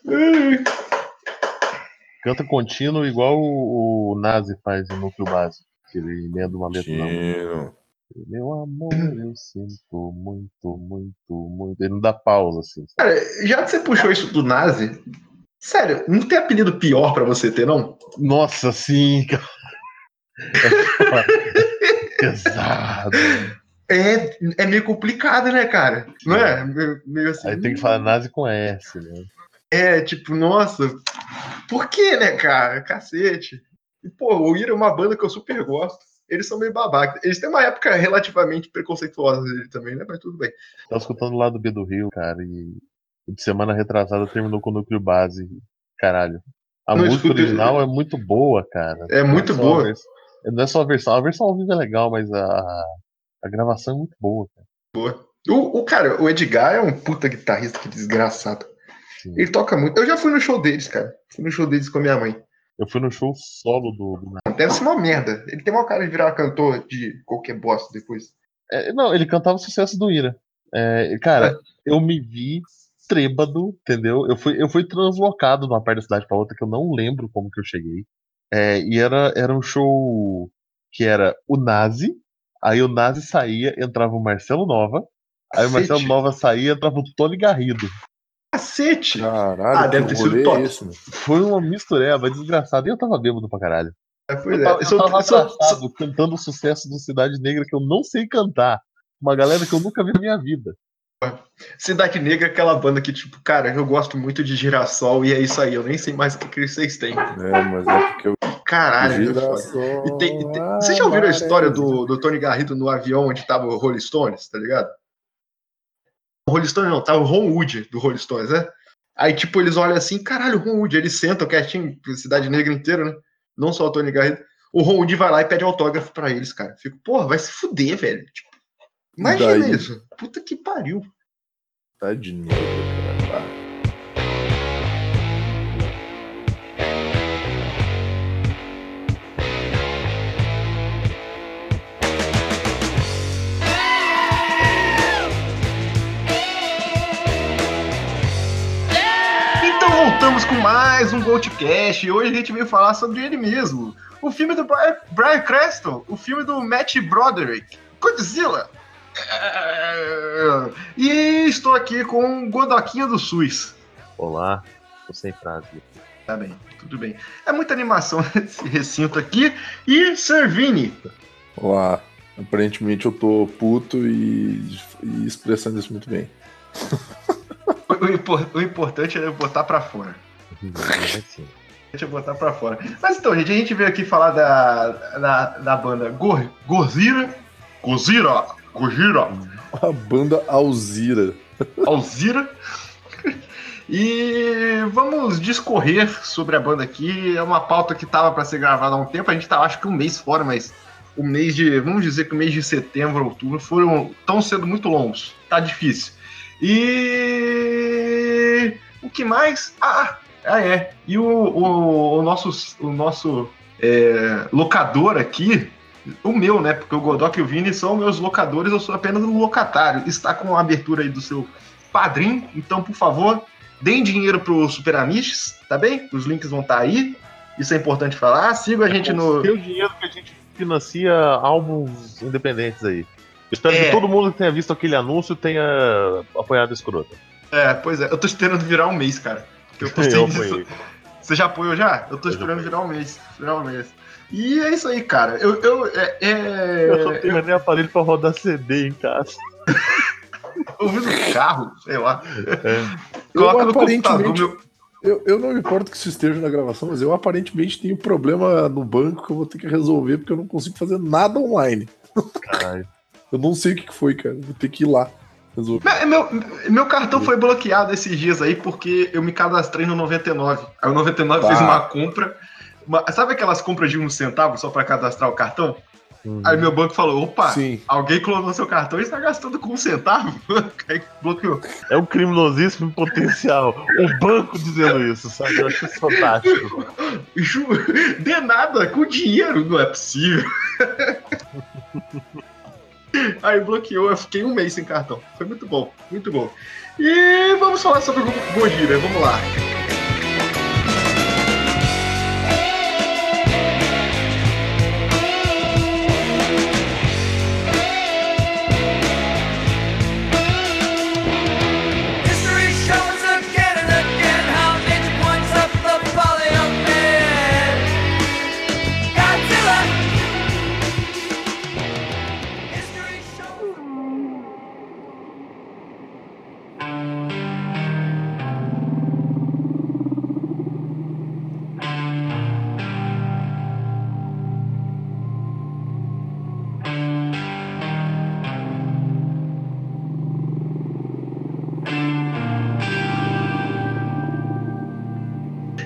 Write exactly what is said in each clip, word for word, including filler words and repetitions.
Canta contínuo igual o, o Nazi faz em Núcleo Básico. Que ele emenda uma letra na outra. Meu amor, eu sinto muito, muito, muito. Ele não dá pausa, assim. Sabe? Cara, já que você puxou isso do Nazi, sério, não tem apelido pior pra você ter, não? Nossa, sim, cara. É pesado. É, é meio complicado, né, cara? Não é? Meio, meio assim. Aí tem que falar Nazi com S, né? É, tipo, nossa, por que, né, cara? Cacete. E, pô, o Ira é uma banda que eu super gosto. Eles são meio babacas. Eles têm uma época relativamente preconceituosa dele também, né? Mas tudo bem. Tava escutando lá do B do Rio, cara, e de semana retrasada terminou com o Núcleo Base. Caralho. A Não música escuto... original é muito boa, cara. É Não é muito só a boa. vers... Não é só a versão. A versão ao vivo é legal, mas a, a gravação é muito boa, cara. Boa. O, o cara, o Edgar é um puta guitarrista, que desgraçado. Sim. Ele toca muito. Eu já fui no show deles, cara. Fui no show deles com a minha mãe. Eu fui no show solo do, do... Deve ser uma merda. Ele tem uma cara de virar cantor de qualquer bosta depois. É, não, ele cantava o sucesso do Ira. É, cara, É. eu me vi trêbado, entendeu? Eu fui, eu fui translocado de uma parte da cidade pra outra que eu não lembro como que eu cheguei. É, e era, era um show que era o Nazi, aí o Nazi saía, entrava o Marcelo Nova, aí o Marcelo Cacete. Nova saía, entrava o Tony Garrido. Cacete! Caralho, Ah, deve que ter sido rolê top. é esse, mano? Foi uma mistureba desgraçada e eu tava bêbado pra caralho. É, pois Eu é. tava, Eu eu sou, tava eu sou, abraçado, sou... cantando o sucesso do Cidade Negra que eu não sei cantar. Uma galera que eu nunca vi na minha vida. Cidade Negra é aquela banda que, tipo, cara, eu gosto muito de Girassol e é isso aí. Eu nem sei mais o que, que vocês têm. É, mas é porque eu. Caralho, é foda. E tem, e tem... Vocês já ouviram a história do, do Tony Garrido no avião onde tava o Rolling Stones, tá ligado? O Rolling Stones não, tava o Ron Wood do Rolling Stones, né? Aí, tipo, eles olham assim, caralho, o Ron Wood, eles sentam quietinho, Cidade Negra inteira, né? Não só o Tony Garrido. O Ron Wood vai lá e pede autógrafo pra eles, cara. Fico, porra, vai se fuder, velho. Tipo, imagina daí? isso. Puta que pariu. Tá de negro, cara. Tá. Voltamos com mais um Goldcast e hoje a gente veio falar sobre ele mesmo. O filme do Brian, Brian Cranston, o filme do Matt Broderick, Godzilla. E estou aqui com o Godoquinha do SUS. Olá, tô sem frase. Tá bem, tudo bem. É muita animação esse recinto aqui. E Servini. Olá, aparentemente eu tô puto e, e expressando isso muito bem. O, impor, o importante é botar pra fora. Deixa eu botar pra fora. Mas então, gente, a gente veio aqui falar da, da, da banda Go, Gozira. Gozira. Gojira. A banda Alzira. Alzira. E vamos discorrer sobre a banda aqui. É uma pauta que tava pra ser gravada há um tempo. A gente tava, acho que um mês fora, mas o mês de... Vamos dizer que o mês de setembro, outubro, foram tão sendo muito longos. Tá difícil. E... O que mais? Ah, ah é. E o, o, o nosso, o nosso é, locador aqui, o meu, né? Porque o Godok e o Vini são meus locadores, eu sou apenas um locatário. Está com a abertura aí do seu padrinho. Então, por favor, deem dinheiro pro Super Amish, tá bem? Os links vão estar aí. Isso é importante falar. Siga a gente é no... o dinheiro que a gente financia álbuns independentes aí. Eu espero É. que todo mundo que tenha visto aquele anúncio tenha apoiado o escroto. É, pois é. Eu tô esperando virar um mês, cara. Porque eu postei Eu isso. apoiei. Você já apoiou já? Eu tô Eu esperando já virar um mês. Virar um mês. E é isso aí, cara. Eu, eu, é, é... Eu não tenho nem aparelho pra rodar C D em casa. Ouvindo no carro, sei lá. É. Coloca Eu, no computador, aparentemente, meu... eu, eu não me importo que isso esteja na gravação, mas eu aparentemente tenho problema no banco que eu vou ter que resolver porque eu não consigo fazer nada online. Caralho. Eu não sei o que foi, cara. Vou ter que ir lá resolver. Meu, meu cartão foi bloqueado esses dias aí porque eu me cadastrei no noventa e nove. Aí o noventa e nove Bah. fez uma compra. Uma... Sabe aquelas compras de um centavo só pra cadastrar o cartão? Uhum. Aí meu banco falou, opa, Sim. alguém clonou seu cartão e está gastando com um centavo? Aí bloqueou. É um criminosismo em potencial. O banco dizendo isso, sabe? Eu acho isso fantástico. Ju, de nada, com dinheiro, não é possível. Aí bloqueou, eu fiquei um mês sem cartão. Foi muito bom, muito bom. E vamos falar sobre o Gojira, vamos lá.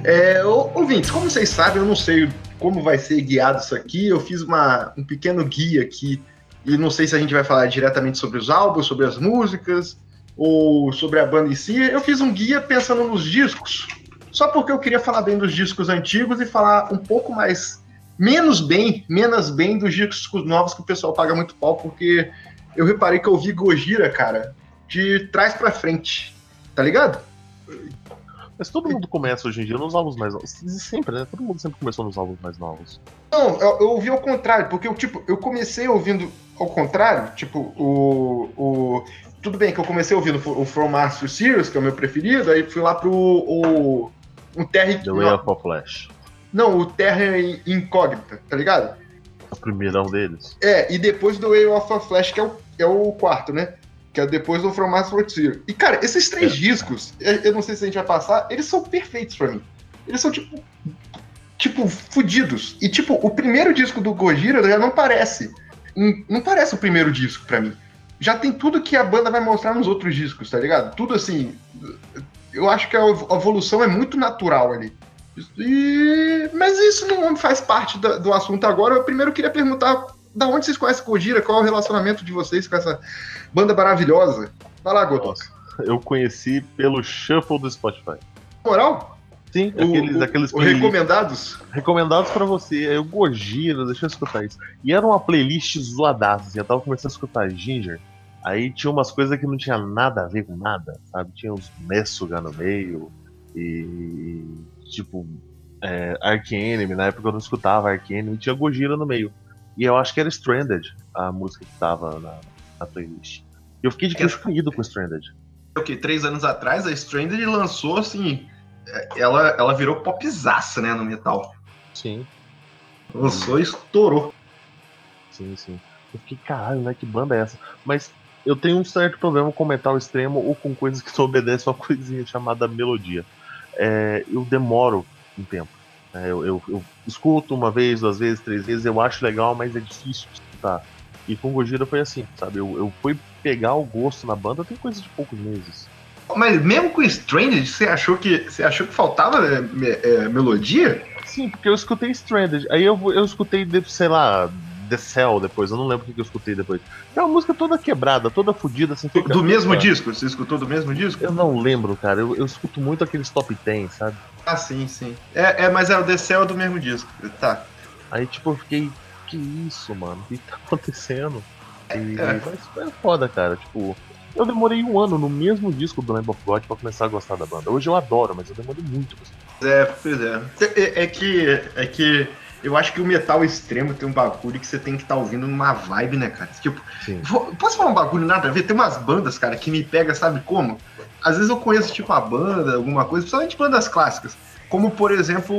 É, ouvintes, como vocês sabem, eu não sei como vai ser guiado isso aqui. Eu fiz uma, um pequeno guia aqui e não sei se a gente vai falar diretamente sobre os álbuns, sobre as músicas ou sobre a banda em si. Eu fiz um guia pensando nos discos, só porque eu queria falar bem dos discos antigos e falar um pouco mais, menos bem, menos bem dos discos novos que o pessoal paga muito pau, porque eu reparei que eu ouvi Gojira, cara, de trás pra frente, tá ligado? Mas todo mundo começa hoje em dia nos álbuns mais novos. Sempre, né? Todo mundo sempre começou nos álbuns mais novos. Não, eu, eu ouvi ao contrário, porque eu, tipo, eu comecei ouvindo ao contrário, tipo, o, o... Tudo bem que eu comecei ouvindo o From Mars to Sirius, que é o meu preferido, aí fui lá pro... O, o Terra... The Way of a Flash. Não, o Terra Incógnita, tá ligado? O primeirão deles. É, e depois do Way of a Flash, que é o, é o quarto, né? Que é depois do From Mars to Sirius. E, cara, esses três é. discos, eu não sei se a gente vai passar, eles são perfeitos pra mim. Eles são, tipo... Tipo, fudidos. E, tipo, o primeiro disco do Gojira já não parece. Não parece o primeiro disco pra mim. Já tem tudo que a banda vai mostrar nos outros discos, tá ligado? Tudo assim... Eu acho que a evolução é muito natural ali. E... Mas isso não faz parte do, do assunto agora. Eu primeiro queria perguntar da onde vocês conhecem Gojira, qual é o relacionamento de vocês com essa banda maravilhosa. Vai lá, Gotox. Eu conheci pelo Shuffle do Spotify. Moral? Sim, o, aqueles, o, aqueles o recomendados? Recomendados pra você. Eu Gojira, deixa eu escutar isso. E era uma playlist zoadaça, assim, eu tava começando a escutar Ginger. Aí tinha umas coisas que não tinha nada a ver com nada, sabe? Tinha uns Messuga no meio e... Tipo, é, Arch Enemy, na época eu não escutava Arch Enemy, tinha Gojira no meio. E eu acho que era Stranded, a música que tava na, na playlist. E eu fiquei de queixo caído com Stranded. Ok, três anos atrás a Stranded lançou, assim... Ela, ela virou popzaça, né, no metal. Sim. Lançou e estourou. Sim, sim. Eu fiquei, caralho, né, que banda é essa? Mas eu tenho um certo problema com metal extremo ou com coisas que só obedecem a uma coisinha chamada melodia. É, eu demoro um tempo. É, eu, eu, eu escuto uma vez, duas vezes, três vezes, eu acho legal, mas é difícil de escutar. E com Gojira foi assim, sabe? Eu, eu fui pegar o gosto na banda tem coisa de poucos meses. Mas mesmo com Stranded, você achou que, você achou que faltava é, é, melodia? Sim, porque eu escutei Stranded. Aí eu, eu escutei, sei lá, The Cell depois. Eu não lembro o que eu escutei depois. É uma música toda quebrada, toda fodida. Assim, do, do mesmo disco? Você escutou do mesmo disco? Eu não lembro, cara. Eu, eu escuto muito aqueles top dez, sabe? Ah, sim, sim. É, é mas é o The Cell do mesmo disco. Tá. Aí, tipo, eu fiquei... Que isso, mano? O que tá acontecendo? E, é. Mas é foda, cara. Tipo... Eu demorei um ano no mesmo disco do Lamb of God pra começar a gostar da banda. Hoje eu adoro, mas eu demorei muito. É, pois é. É, é que... É que... Eu acho que o metal extremo tem um bagulho que você tem que estar tá ouvindo numa vibe, né, cara? Tipo, vou, posso falar um bagulho nada a ver? Tem umas bandas, cara, que me pega, sabe como? Às vezes eu conheço, tipo, a banda, alguma coisa, principalmente bandas clássicas. Como, por exemplo,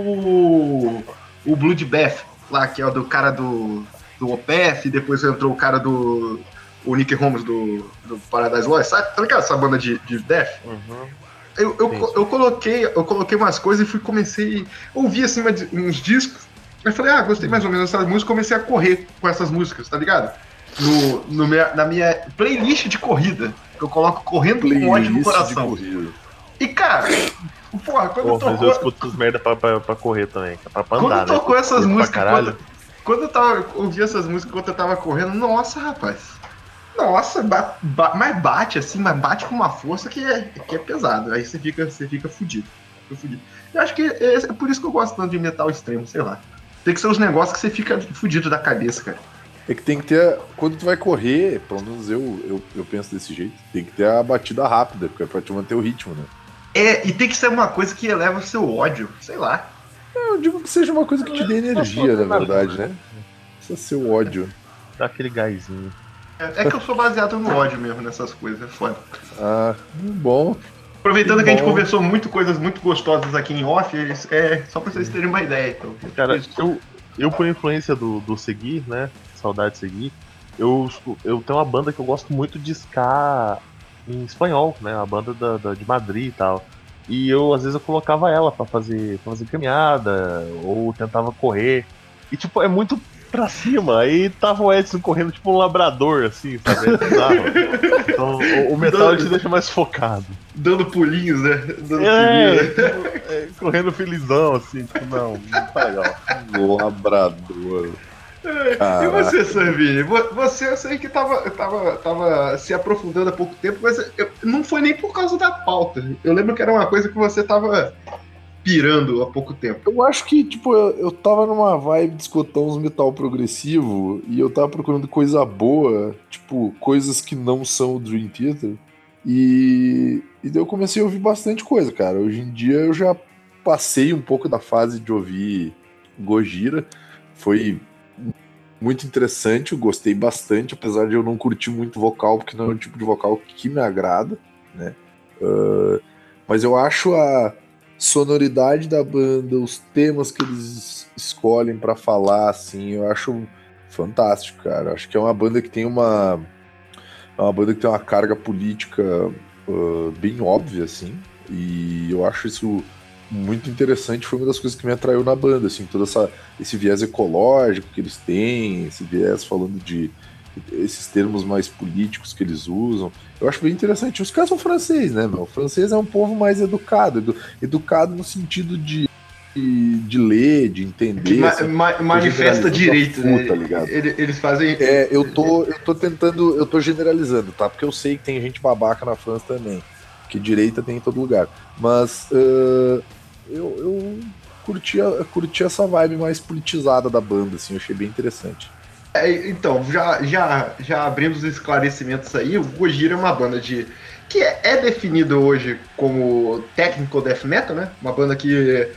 o, o Bloodbath, lá, que é o do cara do, do Opeth, depois entrou o cara do... O Nick Holmes do, do Paradise Lost, sabe? Tá ligado essa banda de, de death? Uhum. Eu, eu, eu, coloquei, eu coloquei umas coisas e fui, comecei a ouvir, assim, uns discos. Aí falei, ah, gostei mais ou menos dessas músicas, comecei a correr com essas músicas, tá ligado? No, no minha, na minha playlist de corrida, que eu coloco correndo playlist com ódio no coração. E, cara, porra, quando Pô, tocou... Mas eu escuto as merda pra, pra, pra correr também, pra, pra quando andar, tocou né? essas Correr músicas, quando, quando eu tava, ouvi essas músicas enquanto eu tava correndo, nossa, rapaz. Nossa, ba, ba, mas bate assim, mas bate com uma força que é, que é pesado. Aí você fica, você fica fudido. Fica fudido. Eu acho que é, é por isso que eu gosto tanto de metal extremo, sei lá. Tem que ser uns negócios que você fica fudido da cabeça, cara. É que tem que ter. Quando tu vai correr, pelo menos eu, eu, eu penso desse jeito, tem que ter a batida rápida, porque é pra te manter o ritmo, né? É, e tem que ser uma coisa que eleva o seu ódio, sei lá. Eu digo que seja uma coisa que te dê energia, na verdade, né? Precisa ser o ódio. Dá aquele gásinho. É, é que eu sou baseado no ódio mesmo nessas coisas, é foda. Ah, bom. Aproveitando que, que a bom. gente conversou muito coisas muito gostosas aqui em off, é só pra vocês terem uma ideia. Então. Cara, eu, eu por influência do, do Seguir, né? Saudade de Seguir, eu, eu tenho uma banda que eu gosto muito de ska em espanhol, né? Uma banda da, da, de Madrid e tal. E eu, às vezes, eu colocava ela pra fazer, pra fazer caminhada, ou tentava correr. E, tipo, é muito pra cima. Aí tava o Edson correndo tipo um labrador, assim, sabe? É bizarro. Então, o, o metal te deixa mais focado. dando pulinhos, né? Dando É, pulinhos, né? tipo, é, correndo felizão, assim, tipo, não, não tá legal. Labrador. E Caraca. você, Servini? Vo- Você, eu sei que tava, tava, tava se aprofundando há pouco tempo, mas eu- não foi nem por causa da pauta. Eu lembro que era uma coisa que você tava pirando há pouco tempo. Eu acho que, tipo, eu, eu tava numa vibe de escutar uns metal progressivo e eu tava procurando coisa boa, tipo, coisas que não são o Dream Theater. E, e daí eu comecei a ouvir bastante coisa, cara. Hoje em dia eu já passei um pouco da fase de ouvir Gojira. Foi muito interessante, eu gostei bastante, apesar de eu não curtir muito vocal, porque não é um tipo de vocal que me agrada, né? Uh, mas eu acho a sonoridade da banda, os temas que eles escolhem pra falar, assim, eu acho fantástico, cara. Acho que é uma banda que tem uma, é uma banda que tem uma carga política uh, bem óbvia, assim, e eu acho isso muito interessante. Foi uma das coisas que me atraiu na banda, assim, todo essa, esse viés ecológico que eles têm, esse viés falando de esses termos mais políticos que eles usam. Eu acho bem interessante. Os caras são franceses, né, meu? O francês é um povo mais educado, edu, educado no sentido de, de, de ler, de entender. Que ma assim, ma manifesta direito, full, né? Tá ligado? Eles, eles fazem. É, eu tô, eu tô tentando, eu tô generalizando, tá? Porque eu sei que tem gente babaca na França também, que direita tem em todo lugar. Mas uh, eu, eu curti, a, curti essa vibe mais politizada da banda, assim, eu achei bem interessante. É, então, já, já, já abrimos os esclarecimentos aí. O Gojira é uma banda de que é, é definido hoje como technical death metal, né? Uma banda que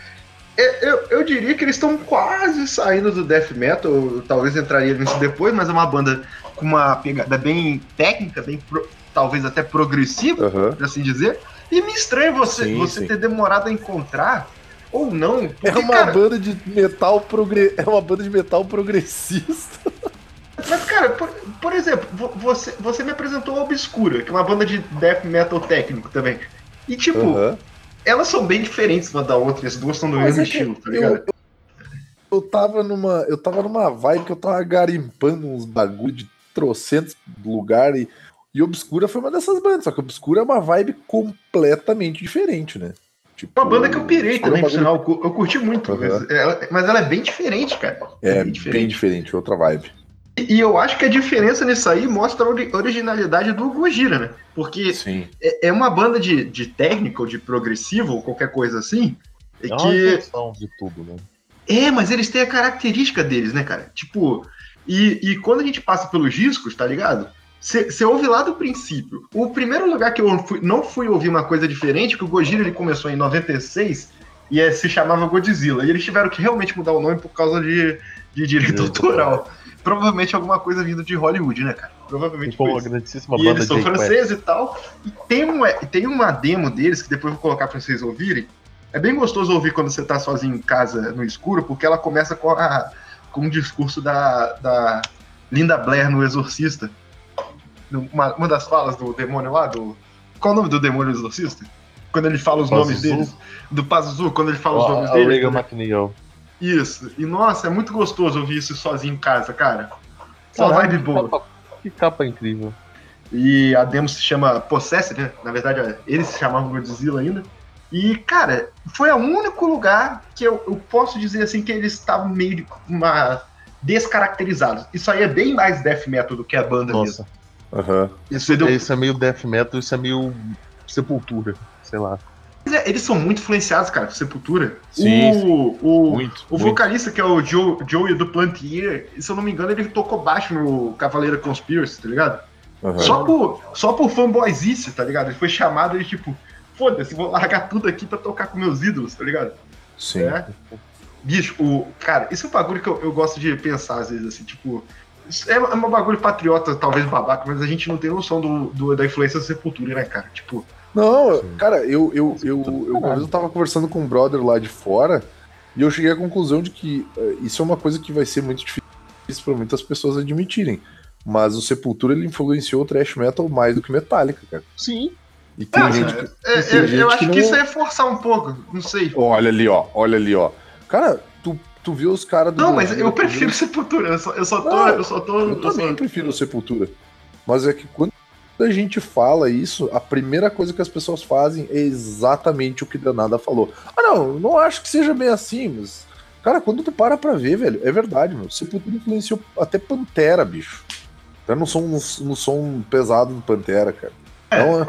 é, eu, eu diria que eles estão quase saindo do death metal. Eu talvez entraria nisso depois, mas é uma banda com uma pegada bem técnica, bem pro, talvez até progressiva, Uhum. por assim dizer. E me estranha você, Sim, você sim. ter demorado a encontrar ou não. Porque, É uma cara, banda de metal progre... é uma banda de metal progressista. Mas, cara, por, por exemplo, vo- você, você me apresentou a Obscura, que é uma banda de death metal técnico também. E, tipo, Uhum. elas são bem diferentes uma da outra, as duas são do Mas mesmo é que estilo, tá eu, ligado? eu, eu tava numa, eu tava numa vibe que eu tava garimpando uns bagulho de trocentos lugar e, e Obscura foi uma dessas bandas, só que Obscura é uma vibe completamente diferente, né? Tipo, É uma banda que eu pirei Obscura é também, um por bagulho... sinal, eu, cu- eu curti muito, Uhum. mas, ela, mas ela é bem diferente, cara. É É bem bem diferente. diferente, outra vibe. E, e eu acho que a diferença nisso aí mostra a ori- originalidade do Gojira, né? Porque Sim. é, é uma banda de, de técnico, de progressivo, ou qualquer coisa assim, É uma que junção de tudo, né? É, mas eles têm a característica deles, né, cara? Tipo, e, e quando a gente passa pelos discos, tá ligado? Você ouve lá do princípio. O primeiro lugar que eu fui, não fui ouvir uma coisa diferente, que o Gojira ele começou em noventa e seis e é, se chamava Godzilla. E eles tiveram que realmente mudar o nome por causa de, de direito Direito autoral. Provavelmente alguma coisa vindo de Hollywood, né, cara? Provavelmente Ficou foi uma isso. grandíssima E banda eles são de franceses e tal. E tem, um, tem uma demo deles, que depois eu vou colocar pra vocês ouvirem. É bem gostoso ouvir quando você tá sozinho em casa, no escuro, porque ela começa com, a, com um discurso da, da Linda Blair no Exorcista. Uma, uma das falas do demônio lá, do... Qual é o nome do demônio do Exorcista? Quando ele fala os Pazuzu. nomes deles. Do Pazuzu, quando ele fala os A, nomes a deles. Reagan né? McNeil. Isso. E nossa, é muito gostoso ouvir isso sozinho em casa, cara. Só Caralho, vibe que boa. capa, que capa incrível. E a demo se chama Possessed, né? Na verdade, eles se chamavam Godzilla ainda. E, cara, foi o único lugar que eu, eu posso dizer assim que eles estavam meio de uma descaracterizados. Isso aí é bem mais death metal do que a banda Nossa. mesmo. Uhum. Isso, deu... Isso é meio death metal, isso é meio Sepultura, sei lá. Eles são muito influenciados, cara, por Sepultura. Sim, o, sim. o, Muito, o muito. vocalista, que é o Joe, Joey do Plantier, se eu não me engano, ele tocou baixo no Cavaleira Conspiracy, tá ligado? Uhum. Só por, só por fanboyzice, tá ligado? Ele foi chamado e tipo, foda-se, vou largar tudo aqui pra tocar com meus ídolos, tá ligado? Sim. É. Bicho, o, cara, isso é um bagulho que eu, eu gosto de pensar às vezes, assim, tipo. Isso é, é um bagulho patriota, talvez babaca, mas a gente não tem noção do, do da influência da Sepultura, né, cara? Tipo. Não, Sim. cara, eu, eu, eu, eu, uma vez eu tava conversando com um brother lá de fora e eu cheguei à conclusão de que uh, isso é uma coisa que vai ser muito difícil para muitas pessoas admitirem. Mas o Sepultura ele influenciou o thrash metal mais do que Metallica, cara. Sim. E tem Ah, gente é, que. é, tem eu, gente eu acho que, não... isso é forçar um pouco, não sei. Olha ali, ó, olha ali, ó. Cara, tu, tu viu os caras do. Não, mas Gojira, eu tu prefiro viu... Sepultura, eu só, eu só tô. Não, eu só tô. eu Eu também só... prefiro o Sepultura. Mas é que quando a gente fala isso, a primeira coisa que as pessoas fazem é exatamente o que Danada falou. Ah, não, não acho que seja bem assim, mas... Cara, quando tu para pra ver, velho, é verdade, meu. Sepultura influenciou até Pantera, bicho. Até no som, no, no som pesado do Pantera, cara. Então,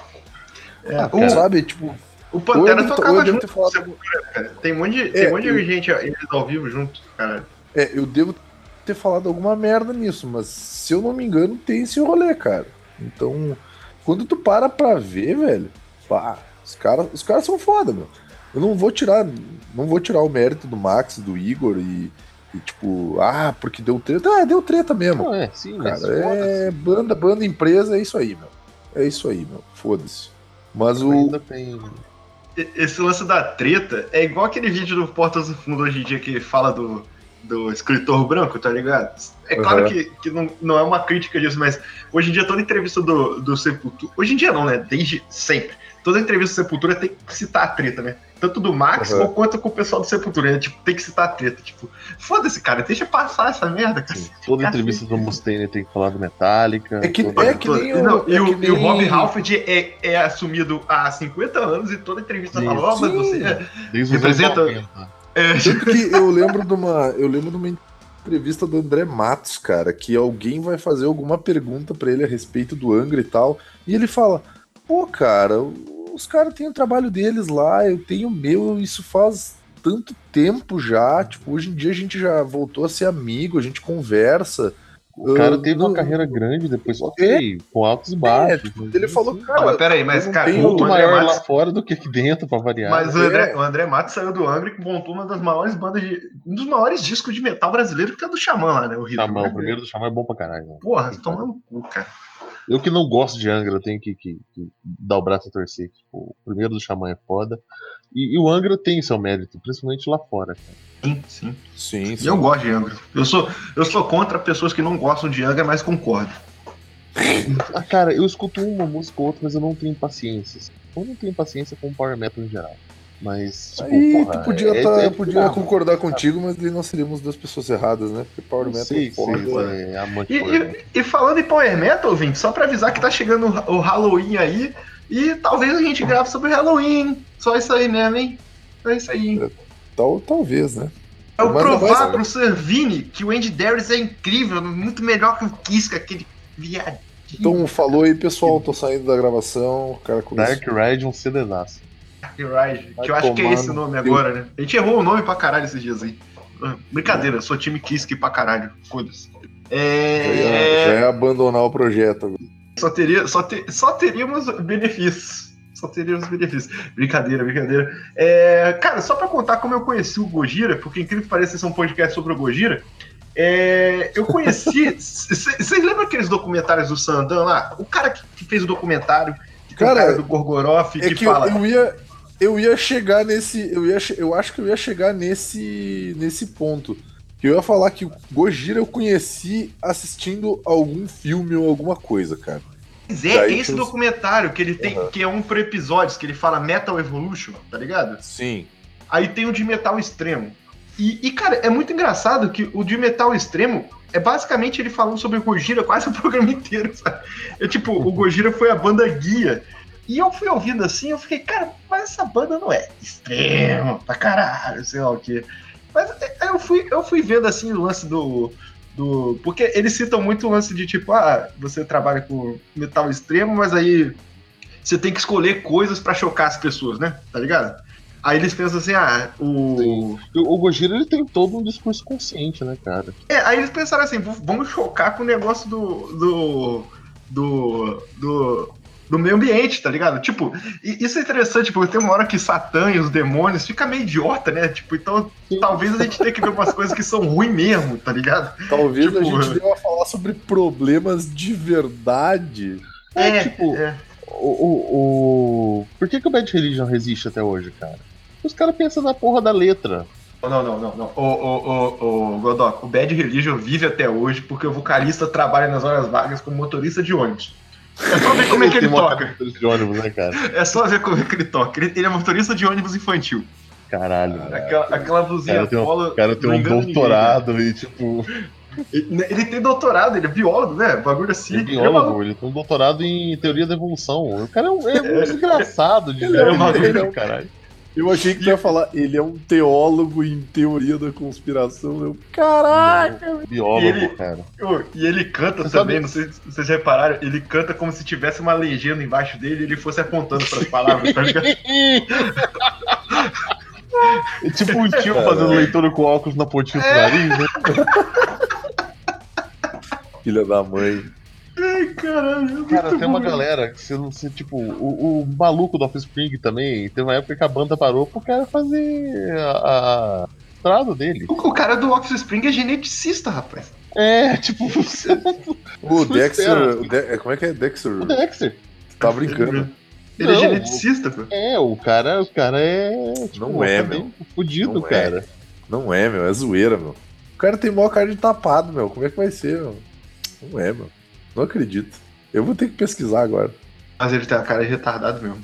é, É, ah, o- sabe, tipo... O Pantera ou eu tocava devo junto ter com falado- o Sepultura, cara. Tem um monte de, tem É, um monte de eu- gente eles ao vivo junto, cara. É, eu devo ter falado alguma merda nisso, mas se eu não me engano, tem esse rolê, cara. Então, quando tu para pra ver, velho, pá, os caras os cara são foda, meu. Eu não vou tirar, não vou tirar o mérito do Max, do Igor e, e, tipo, ah, porque deu treta. Ah, deu treta mesmo. Não, é, sim, mas Cara, é foda-se. banda, banda, empresa, é isso aí, meu. É isso aí, meu. Foda-se. Mas o. Ainda tem. E- Esse lance da treta é igual aquele vídeo do Portas do Fundo hoje em dia que fala do, do escritor branco, tá ligado? É claro Uhum. que, que não, não é uma crítica disso, mas hoje em dia toda entrevista do, do Sepultura. Hoje em dia não, né? Desde sempre. Toda entrevista do Sepultura tem que citar a treta, né? Tanto do Max Uhum. ou quanto com o pessoal do Sepultura. Né? Tipo, tem que citar a treta. Tipo, foda-se, cara, deixa passar essa merda, cara. Sim, toda entrevista do Mustaine tem que falar do Metallica. É que- toda- é que Toda- nem o- não, e, é o, que e o nem- Rob Halford é, é assumido há cinquenta anos e toda entrevista Sim, fala, ó, mas sim. você é- Desde os representa- anos noventa. é, Tanto que eu lembro de uma. Eu lembro de uma entrevista do André Matos, cara, que alguém vai fazer alguma pergunta pra ele a respeito do Angra e tal. E ele fala: pô, cara, os caras têm o trabalho deles lá, eu tenho o meu, isso faz tanto tempo já. Tipo, hoje em dia a gente já voltou a ser amigo, a gente conversa. O cara Eu teve não- uma carreira grande depois, ok, com altos e baixos. mas Ele mesmo falou, assim, cara, Ah, mas peraí, mas, eu não cara, tenho- muito o André maior Matos- lá fora do que aqui dentro, pra variar. Mas né? o André, É. o André Matos saiu do Angra e montou uma das maiores bandas de. Um dos maiores discos de metal brasileiro, que é do Xamã lá, né? O Rio. Xamã, o primeiro do Xamã é bom pra caralho. né? Porra, toma no cu, cara. Eu que não gosto de Angra, eu tenho que, que- que dar o braço a torcer. Tipo, o primeiro do Xamã é foda. E, e o Angra tem seu mérito, principalmente lá fora. Cara. Sim, sim. Sim, E sim. eu gosto de Angra. Eu sou, eu sou contra pessoas que não gostam de Angra, mas concordo. Ah, cara, eu escuto uma música ou outra, mas eu não tenho paciência. Eu não tenho paciência com Power Metal em geral. Mas, tipo, Aí porra, tu podia, é, tá- é, podia ah, concordar contigo, mas aí nós seríamos duas pessoas erradas, né? Porque Power não Metal sei é se foda. você é amante E, de Power Metal. e- e falando em Power Metal, Vinte, só pra avisar que tá chegando o o Halloween aí. E talvez a gente grave sobre Halloween, hein? Só isso aí mesmo, hein? Só isso aí, hein? Tal, talvez, né? Eu Mas é provar mais- pro Servini que o Andy Darius é incrível, muito melhor que o Kiska, aquele viadinho. Então falou aí, pessoal, tô saindo da gravação, o cara começou. Dark Ride é um CDzaço. Ride, Vai que eu acho que é tomar esse o no nome teu- agora, né? A gente errou o nome pra caralho esses dias aí. Ah, Brincadeira, eu sou time Kiske pra caralho. Foda-se. Já ia, É... já ia abandonar o projeto. agora. Só, teria, só, te- só teríamos benefícios. Só teríamos benefícios. Brincadeira, brincadeira. É, cara, só pra contar como eu conheci o Gojira, porque incrível que pareça, esse é um podcast sobre o Gojira. É, eu conheci. Vocês lembram aqueles documentários do Sandan lá? O cara que, que fez o documentário, que tem o Cara, cara do Gorgoroth, É que, que fala. eu, eu ia. Eu ia chegar nesse. Eu, ia, che- eu acho que eu ia chegar nesse. nesse ponto. Que eu ia falar que o Gojira eu conheci assistindo algum filme ou alguma coisa, cara. Mas é Daí esse que eu- documentário que ele tem, Uhum. que é um por episódios, que ele fala Metal Evolution, tá ligado? Sim. Aí tem o de metal extremo. E, e, cara, é muito engraçado que o de metal extremo é basicamente ele falando sobre o Gojira quase o programa inteiro, sabe? É tipo, o Gojira foi a banda guia. E eu fui ouvindo assim, eu fiquei, cara, mas essa banda não é extremo pra caralho, sei lá o quê. Mas aí eu fui, eu fui vendo assim o lance do. do porque eles citam muito o lance de tipo, ah, você trabalha com metal extremo, mas aí você tem que escolher coisas pra chocar as pessoas, né? Tá ligado? Aí eles pensam assim, ah, o. O, o Gojira ele tem todo um discurso consciente, né, cara? É, aí eles pensaram assim, "V- vamos chocar com o negócio do. do. do. do, do meio ambiente, tá ligado? Tipo, e isso é interessante, porque tem uma hora que Satã e os demônios fica meio idiota, né? Tipo, então Sim. talvez a gente tenha que ver umas coisas que são ruins mesmo, tá ligado? Talvez Tipo, a gente deva falar sobre problemas de verdade. É, tipo, é. O, o, o- Por que, que o Bad Religion resiste até hoje, cara? Os caras pensam na porra da letra. Não, não, não, não. O, o, o, o Godoc, o Bad Religion vive até hoje porque o vocalista trabalha nas horas vagas como motorista de ônibus. É só ver como é que ele Tem uma toca. cabeça de ônibus, né, cara? É só ver como é que ele toca. Ele, ele é motorista de ônibus infantil. Caralho. Aquela, aquela O blusinha cara tem um, polo. o cara tem não um engana ninguém, doutorado e, tipo, Ele, ele tem doutorado, ele é biólogo, né? Bagulho assim. Ele é biólogo, ele tem um doutorado em teoria da evolução. O cara é um, é um desgraçado de Ele é um inteligente, bagulho, caralho. Eu achei que tu ia falar, ele é um teólogo em teoria da conspiração. Eu, caraca! Não, biólogo, E ele- cara. Ô, E ele canta Você também, sabe- não sei se vocês repararam, ele canta como se tivesse uma legenda embaixo dele e ele fosse apontando para as palavras, tá ligado? É tipo um tio Caralho. fazendo leitura com óculos na pontinha do nariz, né? Filha da mãe. Ai, caralho. é Cara, muito tem uma bom. galera que você não sei, tipo, o, o maluco do Offspring também, teve uma época que a banda parou pro cara fazer a, a estrada dele. O, o cara do Offspring é geneticista, rapaz. É, tipo, você O Isso Dexter. espera. o De- Como é que é? Dexter? o Dexter. Tá brincando. Ele é Não, geneticista, pô. É, o cara, o cara é. Tipo, Não é, também meu. fudido, Não é. cara. Não é, meu. É zoeira, meu. O cara tem maior cara de tapado, meu. Como é que vai ser, meu? Não é, meu. Não acredito. Eu vou ter que pesquisar agora. Mas ele tem uma cara de retardado mesmo.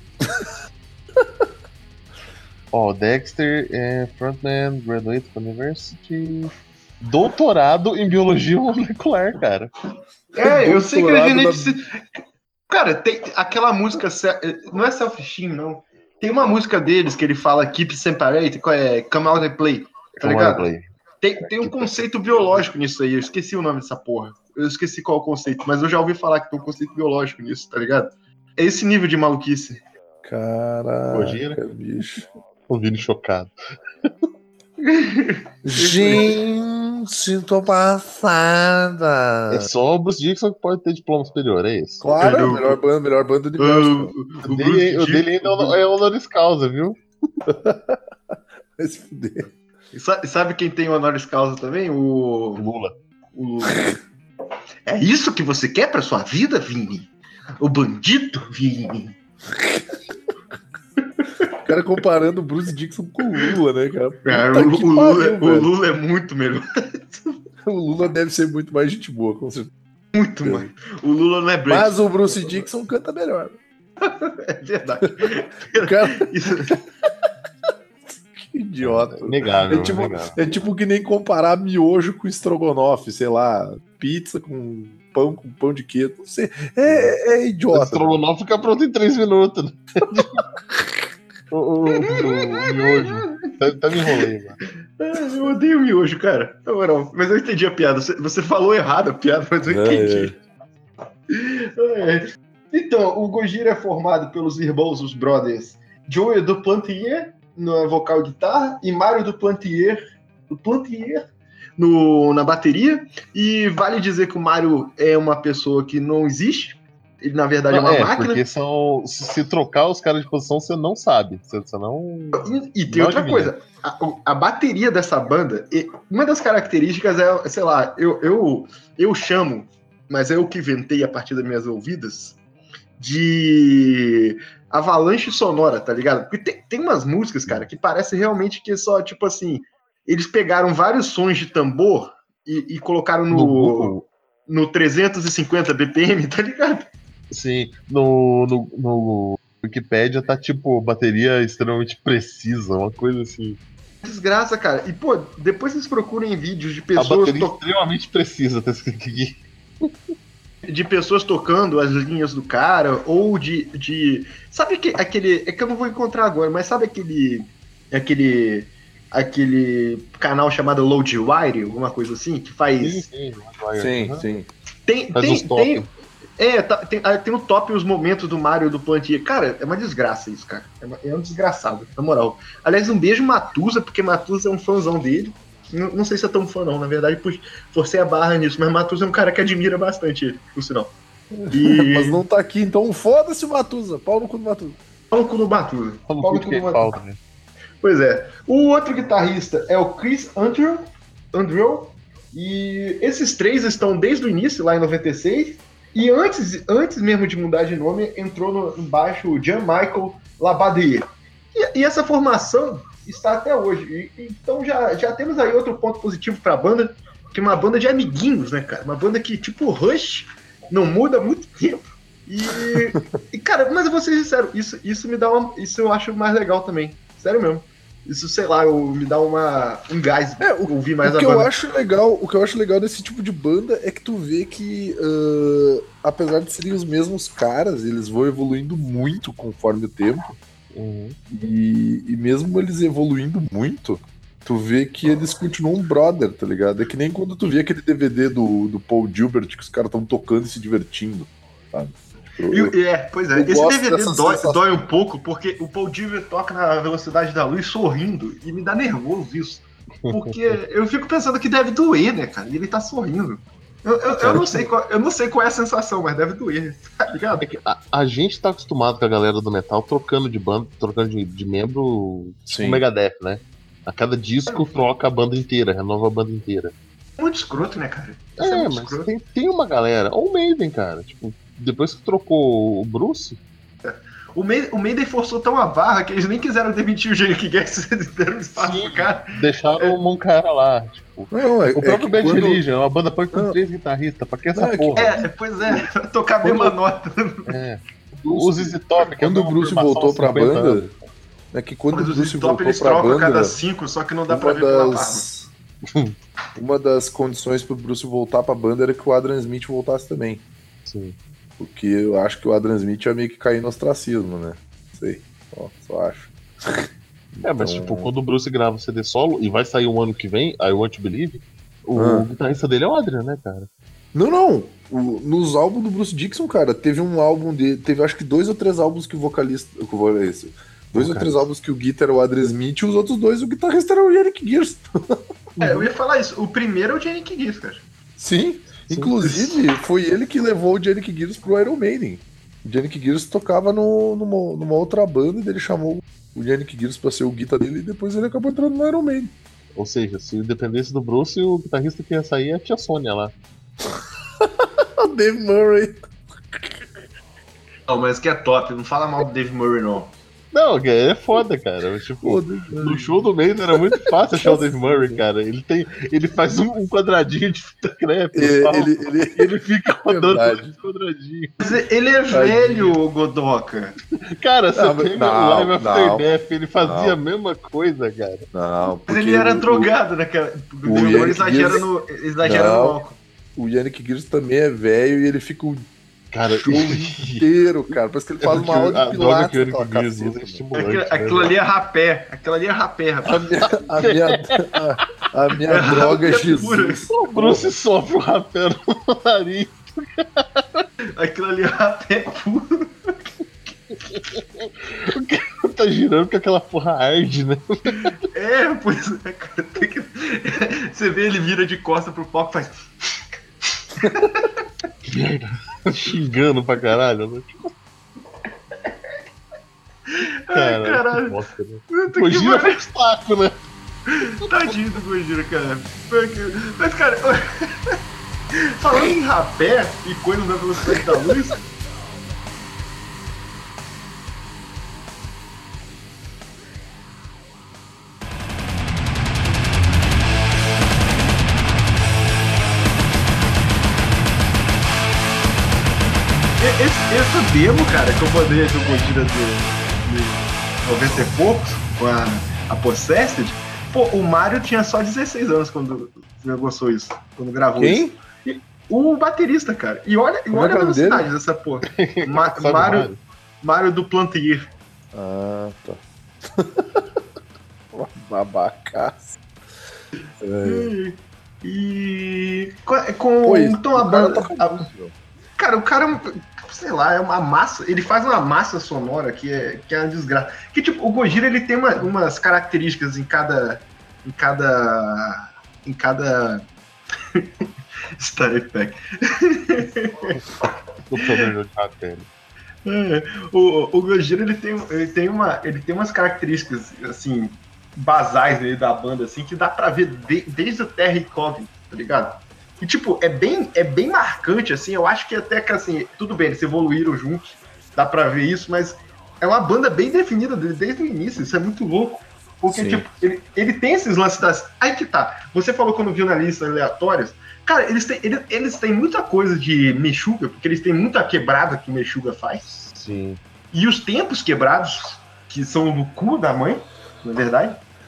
Ó, o Dexter é frontman, graduate from university. Doutorado em biologia molecular, cara. É, eu sei que ele é Doutorado da- geneticista. Cara, tem aquela música. se- Não é self-esteem, não. Tem uma música deles que ele fala Keep Separate, qual é Come Out and Play. Tá Come on, ligado? play. Tem, tem um conceito biológico nisso aí. Eu esqueci o nome dessa porra. Eu esqueci qual é o conceito, mas eu já ouvi falar que tem um conceito biológico nisso, tá ligado? É esse nível de maluquice. Caraca, bicho. O Vini chocado. Gente, tô passada. É só o Bruce Dixon que pode ter diploma superior, é isso. Claro, Eu- melhor banda, melhor banda do O, universo. o, O dele, o dele ainda Dixon- é honoris causa, viu? Vai se fuder. E sa- Sabe quem tem o honoris causa também? O. Lula. o... É isso que você quer pra sua vida, Vini? O bandido, Vini? O cara comparando o Bruce Dixon com o Lula, né, cara? Cara, Puta o, que o Lula, pariu, o velho. Lula é muito melhor. O Lula deve ser muito mais gente boa, com certeza. Muito mais. O Lula não é Brexit. Mas o Bruce Dixon canta melhor. É verdade. O cara, Isso- que idiota. Negável, É tipo, negável. é tipo que nem comparar miojo com estrogonofe, sei lá, pizza com pão com pão de queijo. Não sei. É, é O idiota. estrogonofe fica pronto em três minutos. Né? o, o, o, o miojo. Tá, tá me enrolando, mano. Ah, eu odeio miojo, cara. Na moral. Mas eu entendi a piada. Você, você falou errado a piada, mas eu É, entendi. É. Então, o Gojira é formado pelos irmãos, os brothers Joey Duplantier na vocal e guitarra e Mário Duplantier, Duplantier no, na bateria. E vale dizer que o Mário é uma pessoa que não existe. Ele, na verdade, Não, é uma é, máquina. porque são, se, se trocar os caras de posição, você não sabe. Você, você não. E, e tem Não outra adivinha. coisa, a, a bateria dessa banda, e uma das características é, sei lá, eu, eu, eu chamo, mas é eu que inventei a partir das minhas ouvidas, de avalanche sonora, tá ligado? Porque tem, tem umas músicas, cara, que parece realmente que é só, tipo assim, eles pegaram vários sons de tambor e, e colocaram No no, Google, no trezentos e cinquenta B P M, tá ligado? sim, no, no, no Wikipedia tá tipo bateria extremamente precisa, uma coisa assim. Desgraça, cara. E, pô, depois vocês procurem vídeos de A pessoas bateria tocando. extremamente precisa, tá escrito aqui. De pessoas tocando as linhas do cara, ou de. de sabe que, aquele. É que eu não vou encontrar agora, mas sabe aquele. Aquele. Aquele canal chamado Loadwire, alguma coisa assim, que Sim, faz. sim, Sim, Uhum. sim. Tem, Faz tem, os top. tem, é, tá- tem, ah, tem o top e os momentos do Mario do Plantier. Cara, é uma desgraça isso, cara. É, uma- é um desgraçado, na moral. Aliás, um beijo Matusa, porque Matusa é um fãzão dele. Não, não sei se é tão fã, não. Na verdade, por- forcei a barra nisso, mas Matusa é um cara que admira bastante ele, por sinal. E. Mas não tá aqui, então foda-se o Matusa. Pau no cu do Matusa. Pau no cu do Matusa. Como Pau no que cu que do Matusa. falta, né? Pois é. O outro guitarrista é o Chris Andrew, Andrew. E esses três estão desde o início, lá em noventa e seis. E antes, antes mesmo de mudar de nome, entrou no, no baixo o Jean-Michel Labadie. E, e essa formação está até hoje. E- então já, já temos aí outro ponto positivo para a banda, que é uma banda de amiguinhos, né, cara? Uma banda que, tipo, Rush, não muda há muito tempo. E, e, cara, mas eu vou ser sincero, isso, isso me dá uma. Isso eu acho mais legal também. Sério mesmo. isso, sei lá, eu, me dá uma, um gás é, o, ouvir mais o a que banda. Eu acho legal, o que eu acho legal desse tipo de banda é que tu vê que, uh, apesar de serem os mesmos caras, eles vão evoluindo muito conforme o tempo. Uhum. E, e mesmo eles evoluindo muito, tu vê que eles continuam um brother, tá ligado? É que nem quando tu vê aquele D V D do, do Paul Gilbert que os caras estão tocando e se divertindo, sabe? Eu, E, é, pois é, esse gosto D V D dessa dói, sensação. dói um pouco, porque o Paul Gilbert toca na velocidade da luz sorrindo, e me dá nervoso isso. Porque eu fico pensando que deve doer, né, cara? E ele tá sorrindo. Eu, eu, eu, não sei qual, eu não sei qual é a sensação, mas deve doer, tá ligado? É que a, a gente tá acostumado com a galera do metal trocando de banda, trocando de, de membro, tipo Sim. Megadeth, né? A cada disco troca a banda inteira, renova a banda inteira. É muito escroto, né, cara? Isso É, é muito mas escroto. tem, tem uma galera, ou o Maiden, cara, tipo, depois que trocou o Bruce, O, May, o Maiden forçou tão a barra que eles nem quiseram demitir o Jake Guest, eles deram espaço pro cara. deixaram É. um cara lá, tipo. Não, é, O próprio é Bad quando... Religion é uma banda punk com Não. três guitarristas, pra que essa Não, é que- porra? É, pois é, tocar a mesma Quando- nota. É. O Z Top, que é Quando o uma Bruce formação voltou há pra cinquenta banda, anos. é que quando Mas o os Bruce top voltou eles pra trocam a banda, cada cinco, só que não dá pra uma ver pela barba. das uma das condições pro Bruce voltar pra banda era que o Adrian Smith voltasse também. Sim. Porque eu acho que o Adrian Smith ia meio que cair no ostracismo, né? Sei, ó, só acho. É, mas Então- tipo, quando o Bruce grava o C D solo e vai sair um ano que vem, I Want to Believe, o Ah. guitarrista dele é o Adrian, né, cara? Não, não. O- nos álbuns do Bruce Dickinson, cara, teve um álbum dele. Teve acho que dois ou três álbuns que o vocalista. Que o vocalista dois ou três álbuns que o guitarra era o Adrian Smith e os outros dois o guitarrista era o Yannick Gears. É, eu ia falar isso. O primeiro é o Jake Guest, cara. Sim, Sim. inclusive foi ele que levou o Yannick Gears pro Iron Maiden. O Yannick Gears tocava no, numa, numa outra banda e ele chamou o Yannick Gears pra ser o guitarra dele e depois ele acabou entrando no Iron Maiden. Ou seja, se dependesse do Bruce, o guitarrista que ia sair é a tia Sônia lá. O Dave Murray. Não, mas que é top. Não fala mal do Dave Murray, não. Não, é foda, cara. Tipo, Pô, Dave no Murray. show do Maiden era muito fácil achar o Dave Murray, cara. Ele, tem, ele faz um, um quadradinho de fita crepe no Ele, palco, ele, ele, e ele fica rodando Verdade. esse quadradinho. Mas ele é velho, Godoka. Cara, você Não, mas- pega não, o Live After não, Death, ele fazia não. a mesma coisa, cara. Não, Mas porque ele era o- drogado naquela. O Dave Murray Yannick exagera Gears- no, exagera no Não. álcool. O Yannick Gears também é velho e ele fica o Cara, show inteiro, cara. Parece que ele é faz porque uma aula a de droga pilates que o naquela Eric Gears usa é caceta. estimulante. Aquilo, né, aquilo ali é rapé. Aquilo ali é rapé, A rapaz. minha, a minha, a, a minha droga é Jesus. O Bruce sofre o rapé no nariz. Aquilo ali é rapé puro. O cara tá girando com aquela porra arde, né? É, pois é, cara. Tem que... Você vê ele vira de costa pro palco e faz. Merda. Xingando pra caralho, né? Ai, Cara, caralho. que bosta, né? Puta que Gojira pariu. foi um saco, né? Tadinho do Gojira, cara. Mas, cara, falando em rapé e coisas da velocidade da luz. Esse, essa demo, cara, que eu mandei do Gojira de, de noventa e poucos, com a, a Possessed, pô, o Mario tinha só dezesseis anos quando negociou isso, quando gravou Quem? isso. E, o baterista, cara. E olha, e Como é olha que é a o nome dele? velocidade dessa porra. Ma- Sabe, Mario, Mario? Mario do Plantier. Ah, tá. Babacaço. É. E. Com, com Pô, isso, então a o cara banda. toca a- muito, meu. Cara, o cara, é um- sei lá, é uma massa. Ele faz uma massa sonora que é, que é uma desgraça. Que tipo, o Gojira ele tem uma- umas características em cada. Em cada. Em cada. Starter Pack. O problema de rapé. É, o, o Gojira ele tem, ele, tem uma, ele tem umas características assim, basais dele da banda, assim, que dá pra ver de- desde o Terry Coven, tá ligado? E tipo, é bem, é bem marcante, assim, eu acho que até que assim, tudo bem, eles evoluíram juntos, dá pra ver isso, mas é uma banda bem definida dele desde o início, isso é muito louco. Porque, Sim. tipo, ele, ele tem esses lances das. Aí que tá. Você falou quando viu na lista aleatórias. Cara, eles têm, eles, eles têm muita coisa de Meshuggah, porque eles têm muita quebrada que Meshuggah faz. Sim. E os tempos quebrados, que são no cu da mãe, na verdade.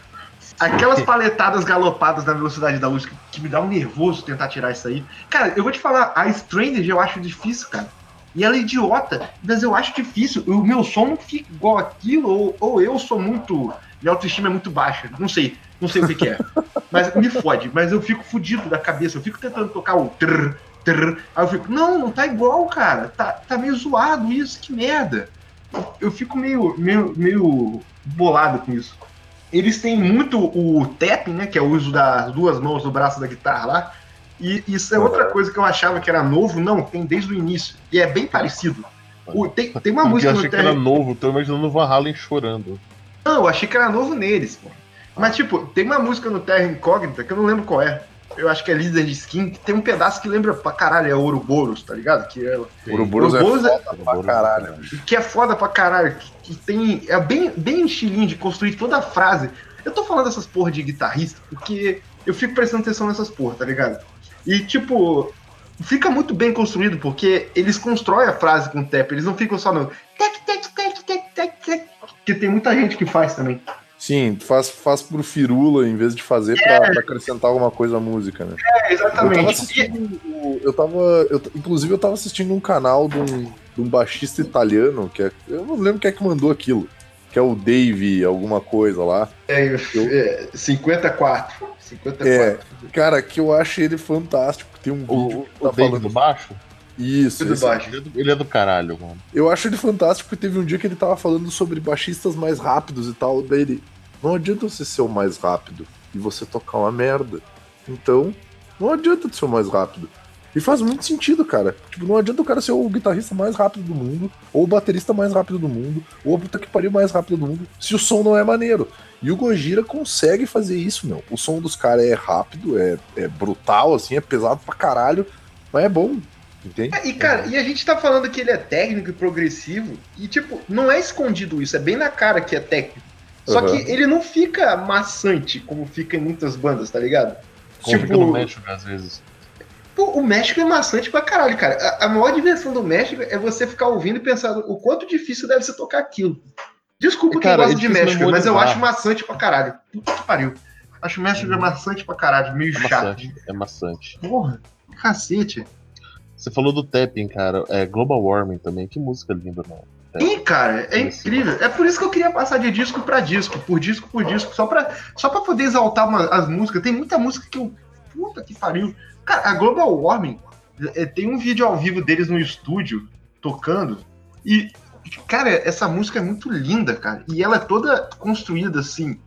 aquelas paletadas galopadas na velocidade da luz que, que me dá um nervoso tentar tirar isso aí. Cara, eu vou te falar, a Stranger eu acho difícil, cara. E ela é idiota, mas eu acho difícil. O meu som não fica igual aquilo, ou, ou eu sou muito... Minha autoestima é muito baixa. Não sei, não sei o que, que é. Mas me fode, mas eu fico fudido da cabeça. Eu fico tentando tocar o trrr, trrr. Aí eu fico, não, não tá igual, cara. Tá, tá meio zoado isso, que merda. Eu, eu fico meio, meio, meio bolado com isso. Eles têm muito o tapping, né? Que é o uso das duas mãos no braço da guitarra lá. E isso é outra coisa que eu achava que era novo. Não, tem desde o início. E é bem parecido. O, tem, tem uma música eu no achei Terra... que era novo, tô imaginando o Van Halen chorando. Não, eu achei que era novo neles, pô. Mas, tipo, tem uma música no Terra Incógnita que eu não lembro qual é. Eu acho que é Lizard Skin, que tem um pedaço que lembra pra caralho, é Ouroboros, tá ligado? Que é... Ouroboros é Ouroboros foda é... pra caralho. Que é foda pra caralho. Que, que tem... É bem, bem estilinho de construir toda a frase. Eu tô falando dessas porra de guitarrista porque eu fico prestando atenção nessas porra, tá ligado? E, tipo, fica muito bem construído porque eles constroem a frase com o tap. Eles não ficam só no... Tec, tec, tec, tec, tec, tec. Que tem muita gente que faz também. Sim, faz, faz por firula em vez de fazer é. pra, pra acrescentar alguma coisa à música, né? É, exatamente. Eu tava assistindo, eu tava, eu, inclusive eu tava assistindo um canal de um, de um baixista italiano, que é, eu não lembro quem é que mandou aquilo, que é o Dave alguma coisa lá. É, eu, é cinquenta e quatro. cinquenta e quatro. É, cara, que eu acho ele fantástico. Tem um vídeo o, que tá o Dave falando do baixo? Isso, do baixo. Ele é do, ele é do caralho, mano. Eu acho ele fantástico porque teve um dia que ele tava falando sobre baixistas mais rápidos e tal, daí ele, não adianta você ser o mais rápido e você tocar uma merda. Então, não adianta ser o mais rápido. E faz muito sentido, cara. Tipo, não adianta o cara ser o guitarrista mais rápido do mundo, ou o baterista mais rápido do mundo, ou a puta que pariu mais rápido do mundo, se o som não é maneiro. E o Gojira consegue fazer isso, meu. O som dos caras é rápido, é, é brutal, assim, é pesado pra caralho, mas é bom. Entende? É, e, cara, é. e a gente tá falando que ele é técnico e progressivo, e, tipo, não é escondido isso, é bem na cara que é técnico. Só uhum. que ele não fica maçante, como fica em muitas bandas, tá ligado? Como tipo, fica no México, às vezes. Pô, o México é maçante pra caralho, cara. A, a maior diversão do México é você ficar ouvindo e pensar o quanto difícil deve ser tocar aquilo. Desculpa cara, quem gosta é de México, memorizar. Mas eu acho maçante pra caralho. Puta que pariu. Acho o México hum. maçante pra caralho, meio é chato. Maçante, é maçante. Porra, cacete. Você falou do tapping, cara. É Global Warming também. Que música linda, mano. Sim, cara, é incrível. É por isso que eu queria passar de disco pra disco, por disco por disco, só pra, só pra poder exaltar uma, as músicas. Tem muita música que eu. Puta que pariu. Cara, a Global Warming é, tem um vídeo ao vivo deles no estúdio tocando. E, cara, essa música é muito linda, cara. E ela é toda construída assim.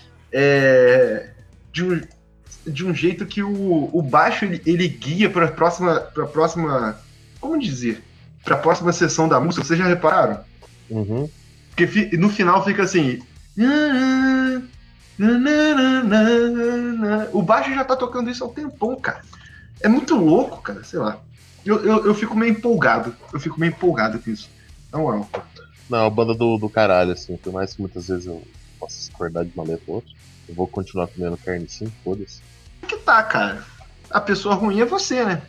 É, de, um, de um jeito que o, o baixo ele, ele guia pra próxima. Pra próxima. Como dizer? Pra próxima sessão da música, vocês já repararam? Uhum. Porque fi, no final fica assim. O baixo já tá tocando isso há um tempão, cara. É muito louco, cara, sei lá. Eu, eu, eu fico meio empolgado. Eu fico meio empolgado com isso. Não, não. Não, a banda do, do caralho, assim. Por mais que muitas vezes eu possa discordar de uma letra ou outra, eu vou continuar comendo carne sim, foda-se. Que tá, cara. A pessoa ruim é você, né?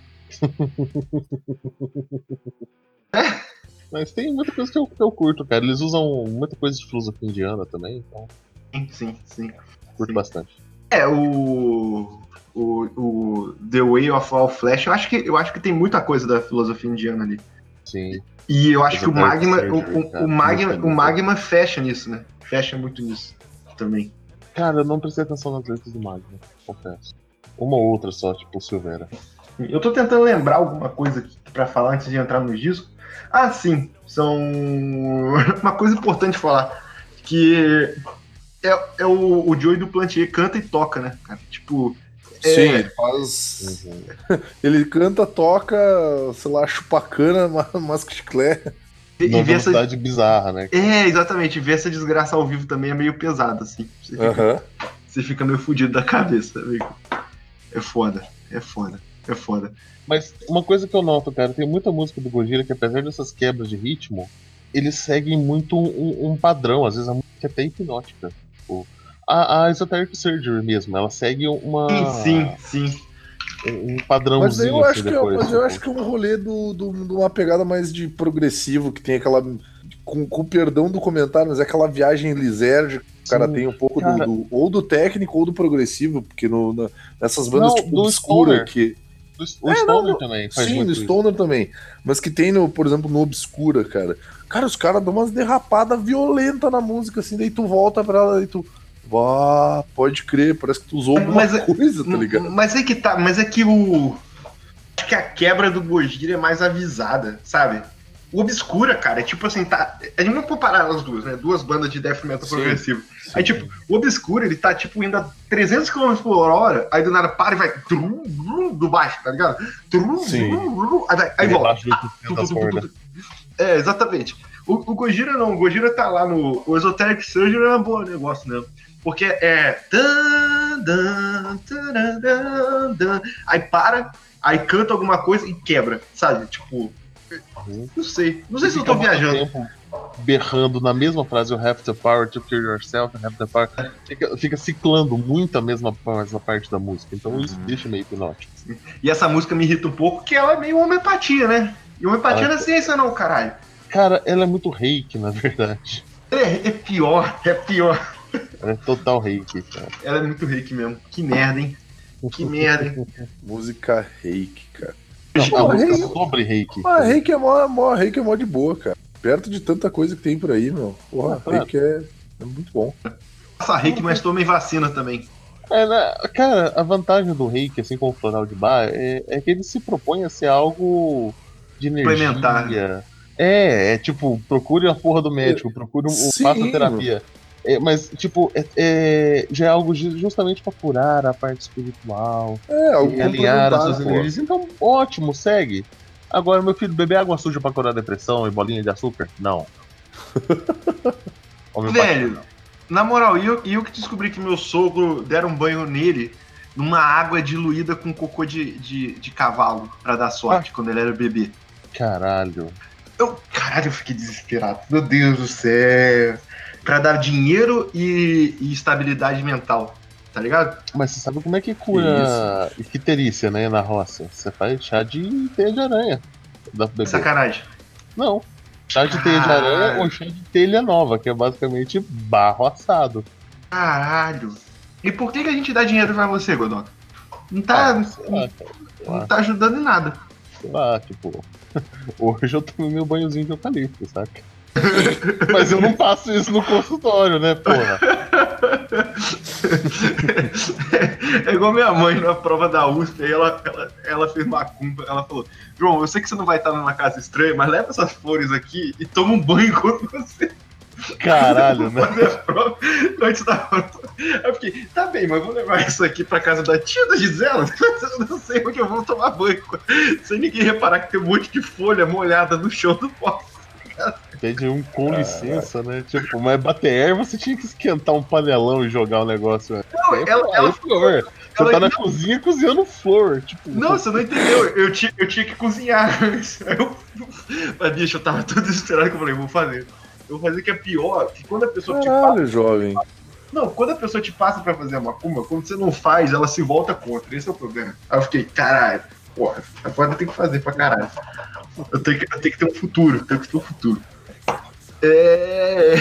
É. Mas tem muita coisa que eu, que eu curto, cara. Eles usam muita coisa de filosofia indiana também, então. Sim, sim, sim. Curto sim. bastante. É, o, o. O The Way of All Flesh, eu acho, que, eu acho que tem muita coisa da filosofia indiana ali. Sim. E eu acho que o Magma, surgery, o, o, o, Magma, o Magma fecha nisso, né? Fecha muito nisso também. Cara, eu não prestei atenção nas letras do Magma, confesso. Uma ou outra só, tipo o Silveira. Eu tô tentando lembrar alguma coisa aqui pra falar antes de entrar no disco. Ah, sim, são uma coisa importante falar, que é, é o, o Joey do Plantier canta e toca, né, cara? Tipo, é... sim, ele faz, uhum. Ele canta, toca, sei lá, chupacana, masca chiclete. E, e ver essa bizarra, né? É, exatamente, ver essa desgraça ao vivo também é meio pesado, assim. Você fica, uhum. você fica meio fudido da cabeça, amigo. É foda, é foda, é foda. Mas uma coisa que eu noto, cara, tem muita música do Gojira que, apesar dessas quebras de ritmo, eles seguem muito um, um padrão. Às vezes a música é até hipnótica. Tipo, a, a Esoteric Surgery mesmo, ela segue uma. Sim, sim, sim. Um, um padrãozinho. Mas eu acho, assim, que, depois, é, mas tipo. eu acho que é um rolê de do, do, do uma pegada mais de progressivo, que tem aquela. Com, com o perdão do comentário, mas é aquela viagem lisérgica. cara Sim, tem um pouco cara... do, do ou do técnico ou do progressivo, porque no, na, nessas bandas não, tipo do obscura Stoner. que Do, o é, Stoner não, também faz sim, muito no isso. Stoner também, mas que tem no, por exemplo, no obscura, cara. Cara, os caras dão umas derrapadas violentas na música, assim, daí tu volta pra ela e tu, vá, pode crer, parece que tu usou alguma Mas, coisa, tá ligado? mas é que tá, mas é que o acho que a quebra do Gojira é mais avisada, sabe? O Obscura, cara, é tipo assim, tá. A gente não pode parar as duas, né? Duas bandas de death metal Sim, progressivo. sim. Aí, tipo, o Obscura, ele tá, tipo, indo a trezentos quilômetros por hora, aí do nada para e vai trum, trum, do baixo, tá ligado? Trum, Sim. trum, trum, aí, vai, aí Ele volta. baixa o Tu, das tu, tu, tu, cordas. tu. É, exatamente. O, o Gojira não, o Gojira tá lá no. O Esoteric Surgery é um bom negócio mesmo. Porque é. tan, dan, taran, dan, dan. Aí para, aí canta alguma coisa e quebra, sabe? Tipo. Uhum. Não sei. Não sei E se eu fica tô muito viajando. tempo berrando na mesma frase, you have the power to kill yourself, you have the power. Fica, fica ciclando muito a mesma, mesma parte da música. Então isso deixa meio hipnótico. E essa música me irrita um pouco, porque ela é meio homeopatia, né? E homeopatia Ah, não é ciência, não, caralho. cara, ela é muito reiki, na verdade. É, é pior, é pior. Ela é total reiki, cara. Ela é muito reiki mesmo. Que merda, hein? Que merda, hein? Música reiki, cara. Não, Pô, a música reiki, sobre reiki. ah, reiki é mó, mó, reiki é mó de boa, cara. Perto de tanta coisa que tem por aí, meu. Porra, Ah, claro. reiki é, é muito bom. Faça reiki, mas tomem vacina também. É, né, cara, a vantagem do reiki, assim como o floral de bar, é, é que ele se propõe a ser algo de Complementar. energia. É, é tipo, procure a porra do médico, procure um, um- faça Sim, terapia. É, mas, tipo, é, é- já é algo ju- justamente pra curar a parte espiritual é algo e alinhar as complementar, suas pô. energias. Então, ótimo, segue. Agora, meu filho, beber água suja pra curar a depressão e bolinha de açúcar? Não. Homeopatia, Velho, não. na moral, e eu, e eu que descobri que meu sogro deram um banho nele numa água diluída com cocô de, de, de cavalo pra dar sorte quando ele era bebê. Caralho. Eu, caralho, eu fiquei desesperado. Meu Deus do céu. Pra dar dinheiro e, e estabilidade mental, tá ligado? Mas você sabe como é que Que isso? cura icterícia, né, na roça? Você faz chá de teia de aranha. Dá pro bebê. Sacanagem. Não. Chá de teia de aranha ou chá de telha nova, que é basicamente barro assado. Caralho. E por que, que a gente dá dinheiro pra você, Godoka? Não tá, Ah, sei lá, cara. Sei não lá, tá ajudando em nada. sei lá, tipo. Hoje eu tomei meu banhozinho de eucalipto, saca? Mas eu não passo isso no consultório, né, porra? É igual minha mãe na prova da U S P, aí ela, ela, ela fez macumba, ela falou, João, eu sei que você não vai estar numa casa estranha, mas leva essas flores aqui e toma um banho enquanto você Caralho, né? fazer a prova antes da prova. Aí eu fiquei, tá bem, mas eu vou levar isso aqui pra casa da tia da Gisela, eu não sei onde eu vou tomar banho, sem ninguém reparar que tem um monte de folha molhada no chão do poço. Pede um com licença, né? Tipo, mas bater erva você tinha que esquentar um panelão e jogar o negócio. Né? Não, Aí, ela, pô, ela aí, flor. Você ela- tá na não. cozinha cozinhando flor. Tipo, Não, você não entendeu. Eu tinha, eu tinha que cozinhar antes. Aí eu, mas, bicho, eu tava todo desesperado que eu falei, vou fazer. Eu vou fazer que é pior, que quando a pessoa te Caralho, passa. jovem. Não, quando a pessoa te passa pra fazer a macumba, quando você não faz, ela se volta contra. Esse é o problema. Aí eu fiquei, caralho, porra, agora eu tenho que fazer pra caralho. Eu tenho que, eu tenho que ter um futuro, eu tenho que ter um futuro. É.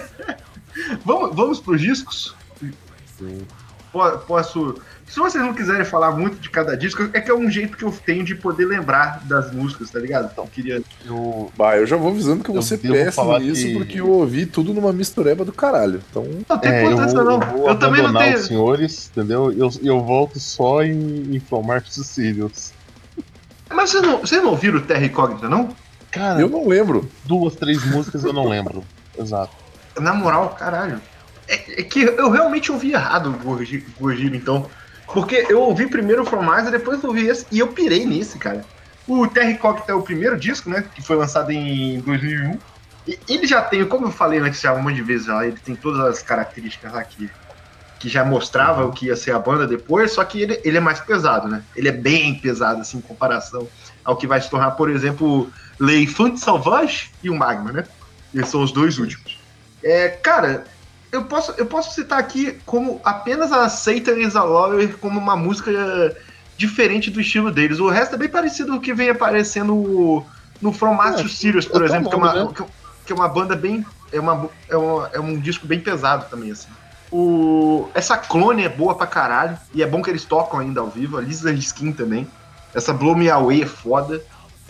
vamos, vamos pros discos? Sim. Posso. Se vocês não quiserem falar muito de cada disco, é que é um jeito que eu tenho de poder lembrar das músicas, tá ligado? Então, queria. Eu, Bah, eu já vou avisando que eu vou Eu ser devo péssimo falar nisso, que- porque eu ouvi tudo numa mistureba do caralho. Então, Não tem é, eu importância, vou, não. eu vou Eu também não abandonar tenho. os senhores, entendeu? Eu, eu volto só em, em Flomar Sicílios. Mas vocês não, vocês não ouviram o Terra Incógnita, não? Cara, eu não lembro. duas, três músicas eu não lembro. Exato. Na moral, caralho. É, é que eu realmente ouvi errado o Gojira, Gojira, então. Porque eu ouvi primeiro o From Mars e depois eu ouvi esse, e eu pirei nesse, cara. O Terra Incógnita é o primeiro disco, né? Que foi lançado em dois mil e um. E ele já tem, como eu falei antes já um monte de vezes, já, ele tem todas as características aqui que já mostrava o que ia ser a banda depois, só que ele, ele é mais pesado, né? Ele é bem pesado, assim, em comparação ao que vai se tornar, por exemplo, Le Funk Sauvage e o Magma, né? Esses são os dois últimos. É, cara, eu posso, eu posso citar aqui como apenas a Satan is a Lawyer como uma música diferente do estilo deles. O resto é bem parecido com o que vem aparecendo no From Mars to Sirius, por é teu exemplo, que é, nome, uma, né? que é uma banda bem é, uma, é, uma, é um disco bem pesado também, assim. O, essa Clone é boa pra caralho, e é bom que eles tocam ainda ao vivo, a Lisa Skin também. Essa Blow Me Away é foda.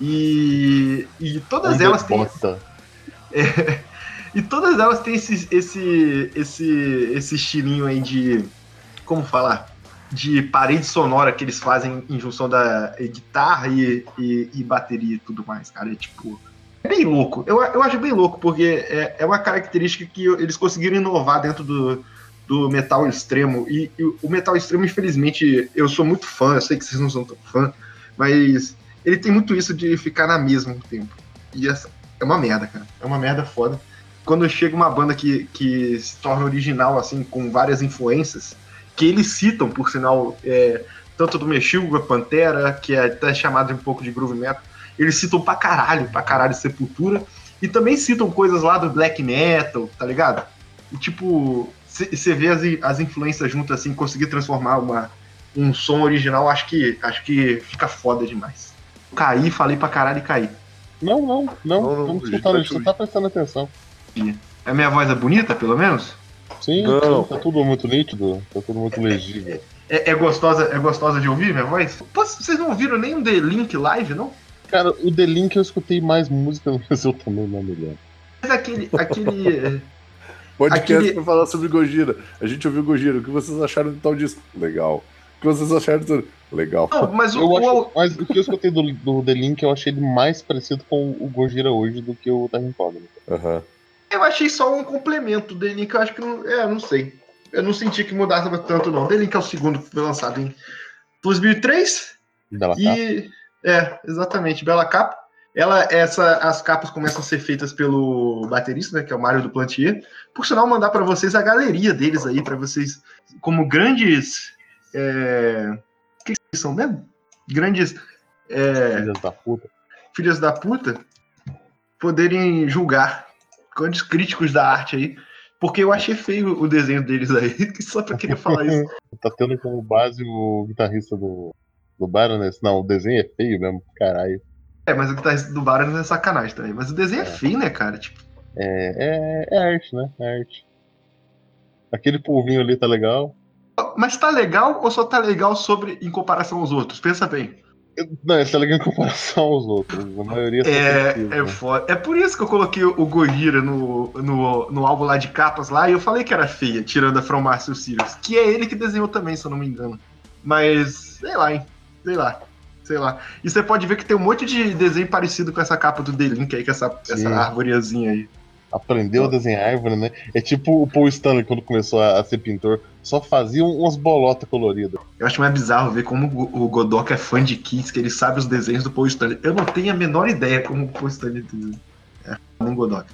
E, e todas Onde elas têm. bota. É, e todas elas têm esse, esse, esse, esse estilinho aí de. Como falar? De parede sonora que eles fazem em junção da guitarra e, e, e bateria e tudo mais, cara. É tipo. É bem louco. Eu, eu acho bem louco, porque é, é uma característica que eles conseguiram inovar dentro do, do metal extremo. E, e o metal extremo, infelizmente, eu sou muito fã, eu sei que vocês não são tão fã, mas ele tem muito isso de ficar na mesma tempo. E essa é uma merda, cara. É uma merda foda. Quando chega uma banda que, que se torna original, assim, com várias influências, que eles citam, por sinal, é, tanto do Meshuggah, Pantera, que é até chamado um pouco de groove metal, eles citam pra caralho, pra caralho Sepultura, e também citam coisas lá do black metal, tá ligado? E tipo, você vê as, as influências juntas assim, conseguir transformar uma, um som original, acho que, acho que fica foda demais. Caí, falei pra caralho e caí. Não, não, não, Não, não, estamos a gente escutando, tá a gente te tá prestando atenção. A minha voz é bonita, pelo menos? Sim, Não. sim, tá tudo muito nítido, tá tudo muito legível. É, é, gostosa, é gostosa de ouvir minha voz? Pô, vocês não ouviram nem um The Link live, não? Cara, o The Link eu escutei mais música, mas eu também não me lembro. Mas aquele. aquele Podcast aquele... pra falar sobre Gojira. A gente ouviu Gojira. O que vocês acharam do tal disco? Legal. O que vocês acharam do... Legal. Não, mas o, Eu acho, o, mas o que eu escutei do, do The Link, eu achei ele mais parecido com o Gojira hoje do que o Terra Incógnita. Aham. eu achei só um complemento. O The Link, eu acho que não. É, não sei. Eu não senti que mudasse tanto, não. The Link é o segundo que foi lançado em dois mil e três. Bela capa. E. É, exatamente. Bela capa. Ela, essa, as capas começam a ser feitas pelo baterista, né, que é o Mário do Plantier. Por sinal, mandar para vocês a galeria deles aí, para vocês, como grandes. É... O que, que eles são mesmo? Grandes. É... Filhas da puta. Filhas da puta, poderem julgar. Grandes críticos da arte aí. Porque eu achei feio o desenho deles aí. Só pra querer falar isso. Tá tendo como base o guitarrista do, do Baroness. Não, o desenho é feio mesmo, caralho. É, mas o guitarrista do Baron é sacanagem também. Mas o desenho é, é feio, né, cara? Tipo... É, é, é arte, né? É arte. Aquele polvinho ali tá legal. Mas tá legal ou só tá legal sobre em comparação aos outros? Pensa bem. Não, ele tá legal em comparação aos outros. A maioria é, são é foda. É por isso que eu coloquei o Gojira no, no, no álbum lá de capas lá e eu falei que era feia, tirando a From Mars to Sirius. Que é ele que desenhou também, se eu não me engano. Mas, sei lá, hein? Sei lá. Sei lá. E você pode ver que tem um monte de desenho parecido com essa capa do The Link aí, com essa, essa arvorezinha aí. Aprendeu a desenhar árvore, né? É tipo o Paul Stanley quando começou a, a ser pintor. Só fazia umas bolotas coloridas. Eu acho mais bizarro ver como o Godok é fã de Kiss, que ele sabe os desenhos do Paul Stanley. Eu não tenho a menor ideia como o Paul Stanley é um Godok.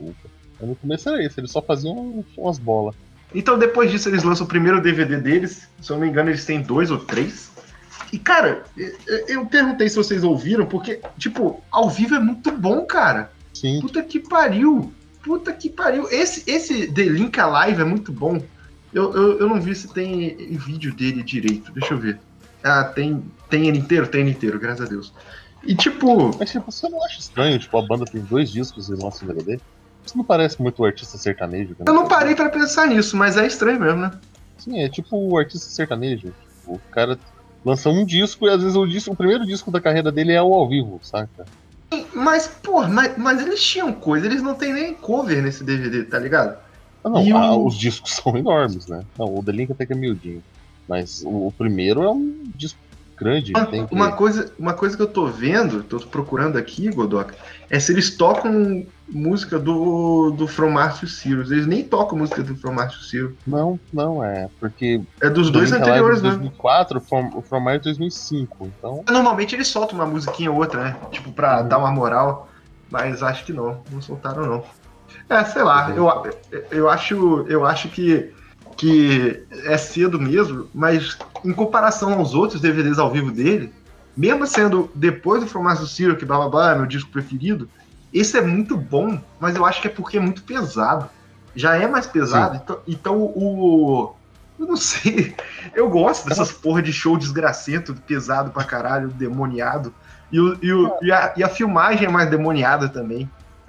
No começo era isso, eles só faziam umas bolas. Então depois disso eles lançam o primeiro D V D deles. Se eu não me engano eles têm dois ou três. E, cara, eu perguntei se vocês ouviram, porque, tipo, ao vivo é muito bom, cara. Sim. Puta que pariu. Puta que pariu. Esse, esse The Link Alive é muito bom. Eu, eu, eu não vi se tem vídeo dele direito. Deixa eu ver. Ah, tem, tem ele inteiro? Tem ele inteiro, graças a Deus. E, tipo... Mas, tipo, você não acha estranho, tipo, a banda tem dois discos e lança um D V D? Isso não parece muito o artista sertanejo? Eu não parei pra pensar nisso, mas é estranho mesmo, né? Sim, é tipo o artista sertanejo. O cara... lança um disco e às vezes o, disco, o primeiro disco da carreira dele é o ao vivo, saca? Mas, pô, mas, mas eles tinham coisa, eles não tem nem cover nesse D V D, tá ligado? Ah, não, E ah, o... os discos são enormes, né? Não, o The Link até que é miudinho. Mas o, o primeiro é um disco grande. Uma, tem que... uma, coisa, uma coisa que eu tô vendo, tô procurando aqui, Godok, é se eles tocam música do, do From Mars to Sirius. Eles nem tocam música do From Mars to Sirius. Não, não, é. Porque. É dos dois anteriores, né? dois mil e quatro, o From Mars dois mil e cinco. Então... Normalmente eles soltam uma musiquinha ou outra, né? Tipo, pra uhum. dar uma moral. Mas acho que não. Não soltaram, não. É, sei lá. Uhum. Eu, eu, acho, eu acho que, que é cedo mesmo, mas em comparação aos outros D V Ds ao vivo dele, mesmo sendo depois do From Mars to Sirius, que blá blá blá é meu disco preferido, esse é muito bom, mas eu acho que é porque é muito pesado. Já é mais pesado, então, então o... Eu não sei, eu gosto dessas porra de show desgracento, pesado pra caralho, demoniado, e, o, e, o, e, a, e a filmagem é mais demoniada também.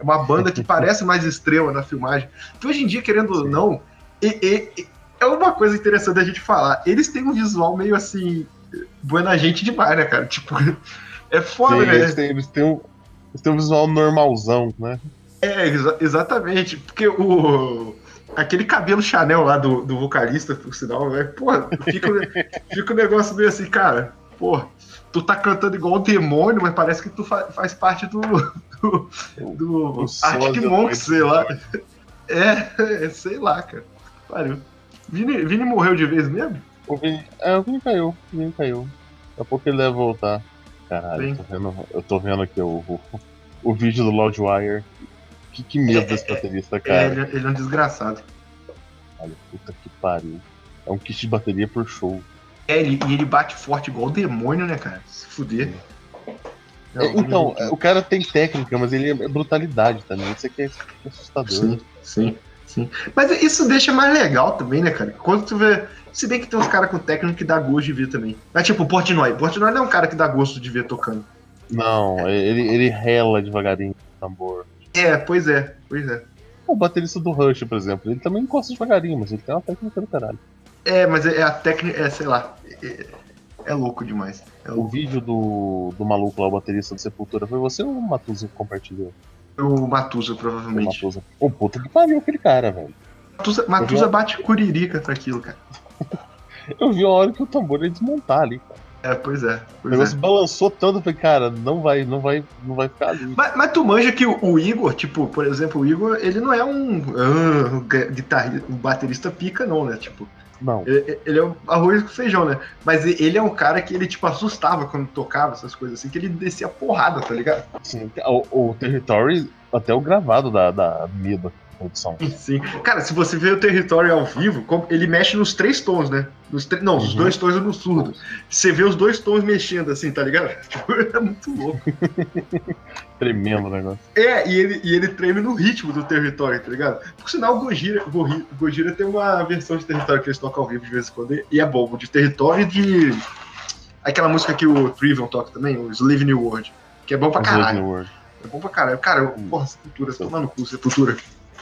É uma banda que parece mais estrela na filmagem. Que hoje em dia, querendo ou não, e, e, e, é uma coisa interessante da gente falar. Eles têm um visual meio assim, buena gente demais, né, cara? Tipo, é foda, Sim, né? Eles têm, eles, têm um, eles têm um visual normalzão, né? É, exa exatamente. Porque o. Aquele cabelo Chanel lá do, do vocalista, por sinal, né? Porra, fica, fica um negócio meio assim, cara. Porra, tu tá cantando igual um demônio, mas parece que tu fa faz parte do. do, do Arctic Monkeys, sei lá. É, é, sei lá, cara. Pariu. Vini, Vini morreu de vez mesmo? O Vini, é, o Vini caiu, o Vini caiu. Daqui a pouco ele deve voltar. Caralho, eu Sim. tô, vendo, eu tô vendo aqui o, o, o vídeo do Loudwire. Que, que medo desse baterista, É, cara. ele, ele é um desgraçado. Olha, puta que pariu. É um kit de bateria por show. É, ele, e ele bate forte igual o demônio, né, cara? Se fuder. É, então, o cara tem técnica, mas ele é brutalidade também. Isso aqui é assustador. Sim, sim, sim. Mas isso deixa mais legal também, né, cara? Quando tu vê. Se bem que tem uns caras com técnica que dá gosto de ver também. Mas tipo, o Portnoy. Portnoy não é um cara que dá gosto de ver tocando. Não, ele, ele rela devagarinho no tambor. É, pois é, pois é. O baterista do Rush, por exemplo, ele também encosta devagarinho, mas ele tem uma técnica do caralho. É, mas é a técnica, é, sei lá. É, é louco demais. É O louco. vídeo do, do maluco lá, o baterista do Sepultura, foi você ou o Matuza que compartilhou? O Matusa, O provavelmente. Matuza. Ô, puta que pariu aquele cara, velho. Matusa, Matusa bate curirica pra aquilo, cara. Eu vi a hora que o tambor ia desmontar ali, cara. É, pois é. O Pois negócio é. balançou tanto, eu falei, cara, não vai, não vai, não vai ficar ali. Mas, mas tu manja que o, o Igor, tipo, por exemplo, o Igor, ele não é um uh, guitarrista, um baterista pica, não, né? Tipo, Não. ele, ele é um arroz com feijão, né? Mas ele é um cara que ele, tipo, assustava quando tocava essas coisas assim, que ele descia porrada, tá ligado? Sim, o, o Territory, até o gravado da, da Mida produção. Sim. Cara, se você vê o Território ao vivo, ele mexe nos três tons, né? Nos não, os Uhum. dois tons no surdo. Você vê os dois tons mexendo assim, tá ligado? Tipo, é muito louco. Tremendo o negócio. É, e ele, e ele treme no ritmo do Território, tá ligado? Por sinal, o Gojira, Gojira, Gojira tem uma versão de Território que eles tocam ao vivo de vez em quando, e é bom, de Território e de... Aquela música que o Trivium toca também, o Slave New World, que é bom pra caralho. É bom pra caralho. Cara, eu, porra, Sepultura, toma no cu, Sepultura.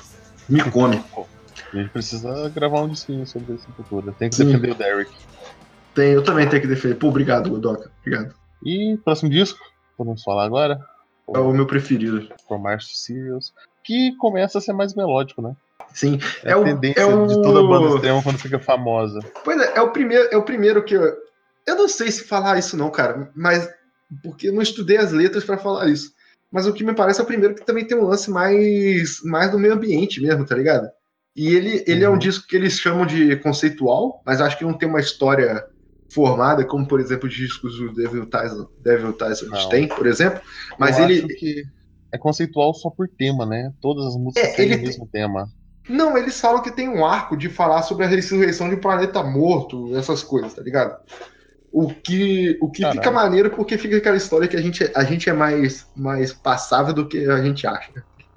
Me come. A gente precisa gravar um disquinho sobre Sepultura. Tem que Sim. defender o Derek. Tem, eu também tenho que defender. Pô, obrigado, Doca. Obrigado. E próximo disco, podemos falar agora? É o meu preferido. From Mars to Sirius, que começa a ser mais melódico, né? Sim. É, é a o, tendência é o... de toda banda extrema quando fica famosa. Pois é, é o primeiro, é o primeiro que eu... Eu não sei se falar isso não, cara, mas... Porque eu não estudei as letras pra falar isso. Mas o que me parece é o primeiro que também tem um lance mais, mais do meio ambiente mesmo, tá ligado? E ele, ele uhum. é um disco que eles chamam de conceitual, mas acho que não tem uma história formada, como, por exemplo, os discos do Devil Tizard, Devil Tizard tem, por exemplo. Mas eu ele... acho que é conceitual só por tema, né? Todas as músicas é, têm ele o mesmo tem... tema. Não, eles falam que tem um arco de falar sobre a ressurreição de um planeta morto, essas coisas, tá ligado? O que, o que fica maneiro porque fica aquela história que a gente, a gente é mais, mais passável do que a gente acha.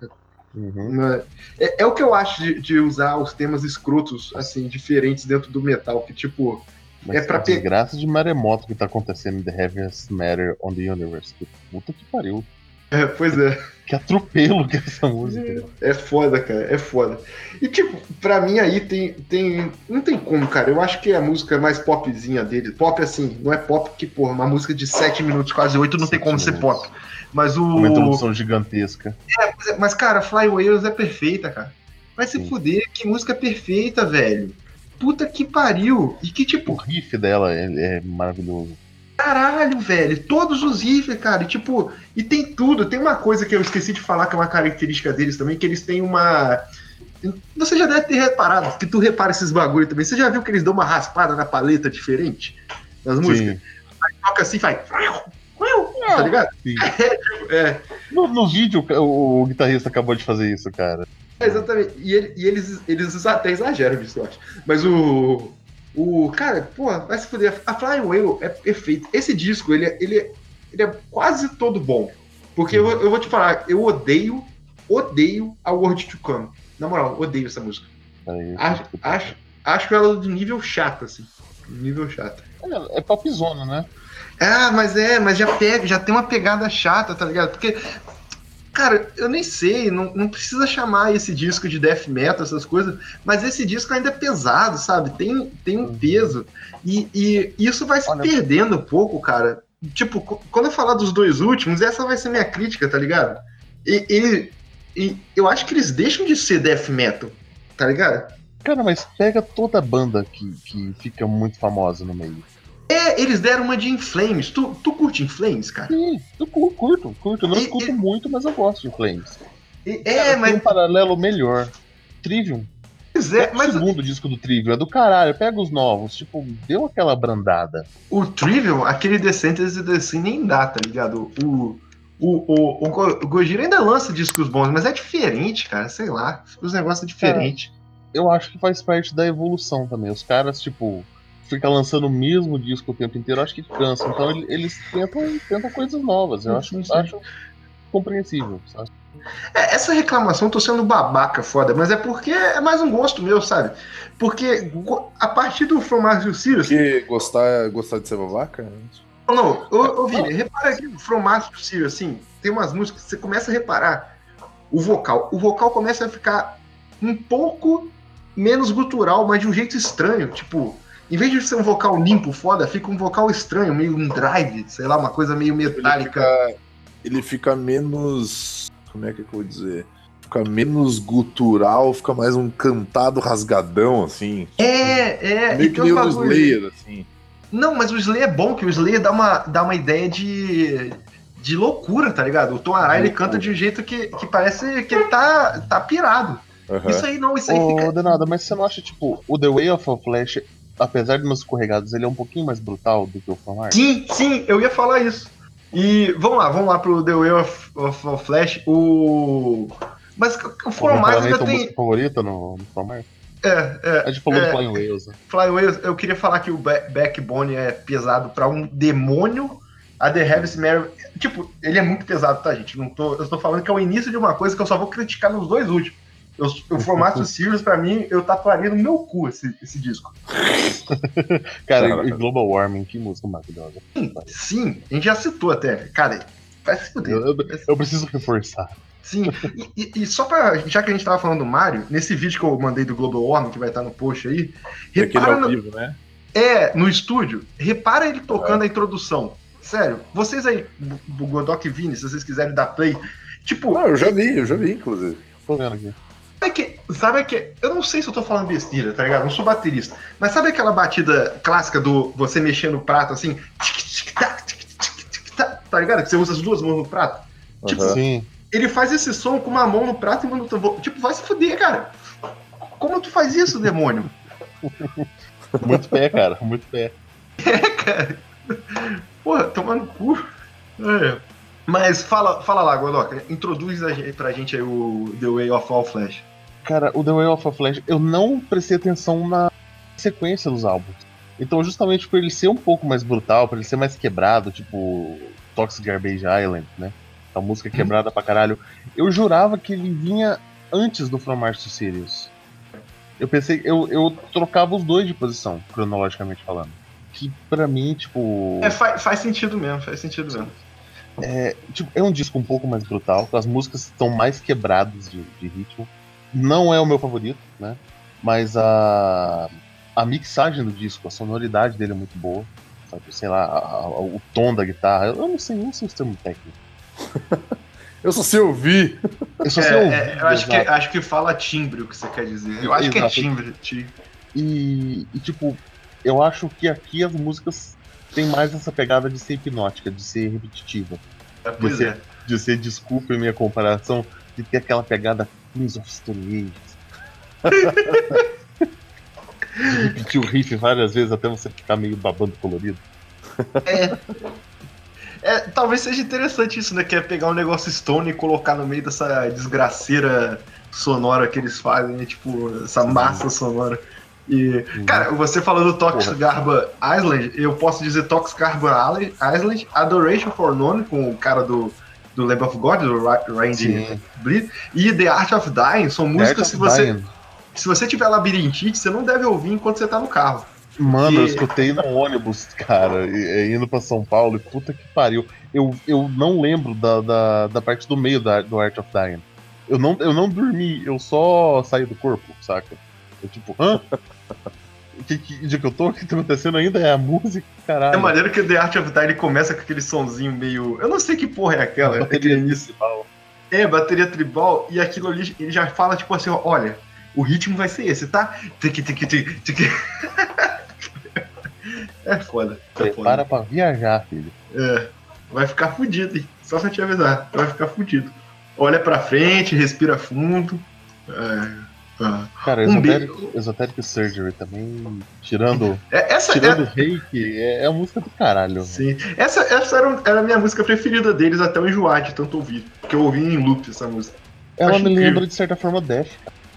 Uhum. É, é o que eu acho de, de usar os temas escrotos, assim, diferentes dentro do metal, que tipo... Mas é pra a desgraça de maremoto que tá acontecendo em The Heaviest Matter on the Universe. Que puta que pariu. É, pois é. Que atropelo que é essa música. É foda, cara, é foda. E tipo, pra mim aí tem, tem... Não tem como, cara. Eu acho que a música mais popzinha dele... Pop assim, não é pop que, porra, uma música de sete minutos, quase oito, não tem como minutos. ser pop. Mas o... Uma introdução gigantesca. É, mas cara, Fly Whales é perfeita, cara. Vai se Sim. fuder, que música perfeita, velho. Puta que pariu. E que tipo... O riff dela é, é maravilhoso. Caralho, velho, todos os riffs, cara, e tipo, e tem tudo, tem uma coisa que eu esqueci de falar que é uma característica deles também, que eles têm uma... Você já deve ter reparado, que tu repara esses bagulho também, você já viu que eles dão uma raspada na paleta diferente nas músicas? Aí toca assim, faz... Tá ligado? Sim. É, é. No, no vídeo, o, o guitarrista acabou de fazer isso, cara. É, exatamente, e, ele, e eles, eles até exageram nisso, eu acho, mas o... O cara, pô, vai se fuder. A Flying Whale é perfeito. Esse disco, ele, é, ele, é, ele é quase todo bom. Porque eu, eu vou te falar, eu odeio, odeio a World to Come. Na moral, odeio essa música. É acho, acho, acho ela do nível chato, assim. Nível chato. É, é popzona, né? Ah, mas é, mas já pega, já tem uma pegada chata, tá ligado? Porque Cara, eu nem sei, não, não precisa chamar esse disco de death metal, essas coisas, mas esse disco ainda é pesado, sabe? Tem, tem um peso. E, e isso vai se Olha, perdendo um pouco, cara. Tipo, quando eu falar dos dois últimos, essa vai ser minha crítica, tá ligado? E, e, e eu acho que eles deixam de ser death metal, tá ligado? Cara, mas pega toda a banda que, que fica muito famosa no meio. É, eles deram uma de In Flames. Tu, tu curte In Flames, cara? Sim, eu curto, curto. curto. Eu não E- escuto e- muito, mas eu gosto de Flames. E- Cara, É, tem mas. um paralelo melhor. Trivium. Pois é, Pega o mas segundo disco do Trivium, é do caralho. Pega os novos. Tipo, deu aquela brandada. o Trivial, aquele Descendants e The Sin nem dá, tá ligado? O, o, o, o, Go- o Gojira ainda lança discos bons, mas é diferente, cara, sei lá. Os negócios é Cara, diferente. eu acho que faz parte da evolução também. Os caras, tipo, ficam lançando o mesmo disco o tempo inteiro, eu acho que cansa. Então ele- eles tentam, tentam coisas novas. Eu acho, Sim, sim. acho compreensível, sabe? É, essa reclamação, eu tô sendo babaca foda, mas é porque é mais um gosto meu, sabe? Porque co- a partir do From Mars to Sirius. Porque gostar, gostar de ser babaca? Não, ô, ô Vini, repara que o From Mars to Sirius, assim, tem umas músicas que você começa a reparar o vocal. O vocal começa a ficar um pouco menos gutural, mas de um jeito estranho. Tipo, em vez de ser um vocal limpo, foda, fica um vocal estranho, meio um drive, sei lá, uma coisa meio metálica. Ele fica, ele fica menos. Como é que eu vou dizer? Fica menos gutural, fica mais um cantado rasgadão, assim. É, é. Meio e que tem nem uns o do bagulho- Slayer, assim. Não, mas o Slayer é bom, que o Slayer dá uma, dá uma ideia de, de loucura, tá ligado? O Tom Araya, ele Loucura. canta de um jeito que, que parece que ele tá, tá pirado. Aham. Isso aí não, isso aí Ô, fica... Denada, mas você não acha, tipo, o The Way of a Flash, apesar de umas escorregadas, ele é um pouquinho mais brutal do que o From Mars? Sim, sim, eu ia falar isso. E vamos lá, vamos lá pro The Way of, of, of Flash. O. Mas o From Mars ainda tua tem. música favorita no, no From Mars? É, é. A gente falou é, do Flying Whales, né? Flying Whales, eu queria falar que o Ba- Backbone é pesado pra um demônio. A The Heaven's Mary. Tipo, ele é muito pesado, tá, gente? Não tô, eu tô falando que é o início de uma coisa que eu só vou criticar nos dois últimos. Eu, o formato Sirius, pra mim, eu tatuaria no meu cu esse, esse disco. Cara, Caraca. e Global Warming, que música maravilhosa. Sim, a gente já citou até. Cara, vai se fuder. Eu, eu, eu preciso reforçar. Sim, e, e- e só pra. Já que a gente tava falando do Mario, nesse vídeo que eu mandei do Global Warming, que vai estar no post aí, Aquele repara ao no, vivo, né? é, no estúdio, repara ele tocando a introdução. Sério, vocês aí, do Godok e Vini, se vocês quiserem dar play, tipo, Ah, eu já vi, eu já vi, inclusive. Tô vendo aqui. sabe que, sabe que. Eu não sei se eu tô falando besteira, tá ligado? Eu não sou baterista. Mas sabe aquela batida clássica do você mexer no prato assim? tic, tic, tac, tic, tic, tic, tac, Tá ligado? Que você usa as duas mãos no prato? Tipo, Aham. Sim. ele faz esse som com uma mão no prato e uma no tambor. Tipo, vai se fuder, cara. Como tu faz isso, demônio? Muito pé, cara. Muito pé. É, cara. Porra, toma no cu. É. Mas fala, fala lá, Godoka. Introduz a gente, pra gente aí o The Way of All Flash. Cara, o The Way of a Flash, eu não prestei atenção na sequência dos álbuns. Então, justamente por ele ser um pouco mais brutal, por ele ser mais quebrado, tipo Toxic Garbage Island, né? A música quebrada pra caralho. Eu jurava que ele vinha antes do From Mars to Sirius. Eu pensei, eu, eu trocava os dois de posição, cronologicamente falando. Que pra mim, tipo. É, faz, faz sentido mesmo, faz sentido mesmo. É, tipo, é um disco um pouco mais brutal, as músicas estão mais quebradas de, de ritmo. Não é o meu favorito, né? Mas a, a mixagem do disco, a sonoridade dele é muito boa. Sabe? Sei lá, a- a- o tom da guitarra. Eu não sei, não sei os termos técnicos. Eu só sei ouvir. Eu só É, sei ouvir. é, eu acho que, exato. acho que fala timbre o que você quer dizer. Eu acho que é Exato. timbre. timbre. E, e, tipo, eu acho que aqui as músicas têm mais essa pegada de ser hipnótica, de ser repetitiva. É, pois de é. ser, de ser, desculpa a minha comparação, de ter aquela pegada Queens of Stone Age. De repetir o riff várias vezes até você ficar meio babando colorido. É, talvez seja interessante isso, né? Que é pegar um negócio Stone e colocar no meio dessa desgraceira sonora que eles fazem, né? Tipo, essa massa sonora. E, Uhum. cara, você falou do Toxic Porra. Garba Island, eu posso dizer Toxic Garba Island, Adoration for None, com o cara do, do Lamb of God, do Ra- Randy Sim. Bleed, e The Art of Dying, são músicas Art se of você, Dying. se você tiver labirintite, você não deve ouvir enquanto você tá no carro. Mano, eu E- escutei no ônibus, cara, e- e indo pra São Paulo, e puta que pariu. Eu, eu não lembro da, da, da parte do meio da, do Art of Dying. Eu não, eu não dormi, eu só saí do corpo, saca? Eu tipo, hã? Que, que dia que eu tô? O que tá acontecendo ainda? É a música, É caralho. maneiro que The Art of Dying começa com aquele sonzinho meio. Eu não sei que porra é aquela. A bateria aquele... principal. É, bateria tribal, e aquilo ali ele já fala, tipo assim, ó, olha, o ritmo vai ser esse, tá? Tic, tic, tic, tic. É foda. É Prepara foda. pra viajar, filho. É, vai ficar fudido, hein? Só pra te avisar, vai ficar fudido. Olha pra frente, respira fundo. É, ah. Cara, Um Esoteric, Esoteric Surgery também, tirando, É, essa tirando o é, reiki, é, é a música do caralho. Velho. sim. Essa, essa era, era a minha música preferida deles até eu enjoar de tanto ouvir. Porque eu ouvi em loop essa música. Ela Acho me incrível. lembra, de certa forma, Death.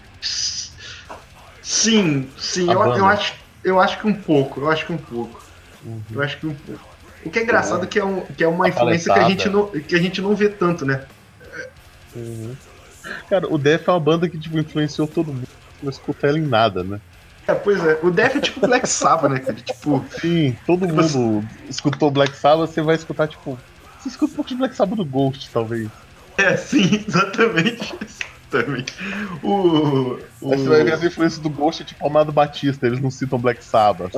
Sim, sim, A eu, banda. eu, acho, eu acho que um pouco, eu acho que um pouco. Uhum. Eu acho que um pouco. O que é engraçado é que é, um, que é uma A influência que a, gente palhaçada. não, que a gente não vê tanto, né? Uhum. Cara, o Death é uma banda que tipo, influenciou todo mundo. Não escuta ela em nada, né? É, pois é, o Def é tipo Black Sabbath, né, cara? Tipo, Sim, todo Tipo assim- mundo escutou Black Sabbath, você vai escutar, tipo. Você escuta um pouco de Black Sabbath do Ghost, talvez. é, sim, exatamente. Exatamente. O. o... Aí você vai ver as influências do Ghost, tipo Amado Batista, eles não citam Black Sabbath.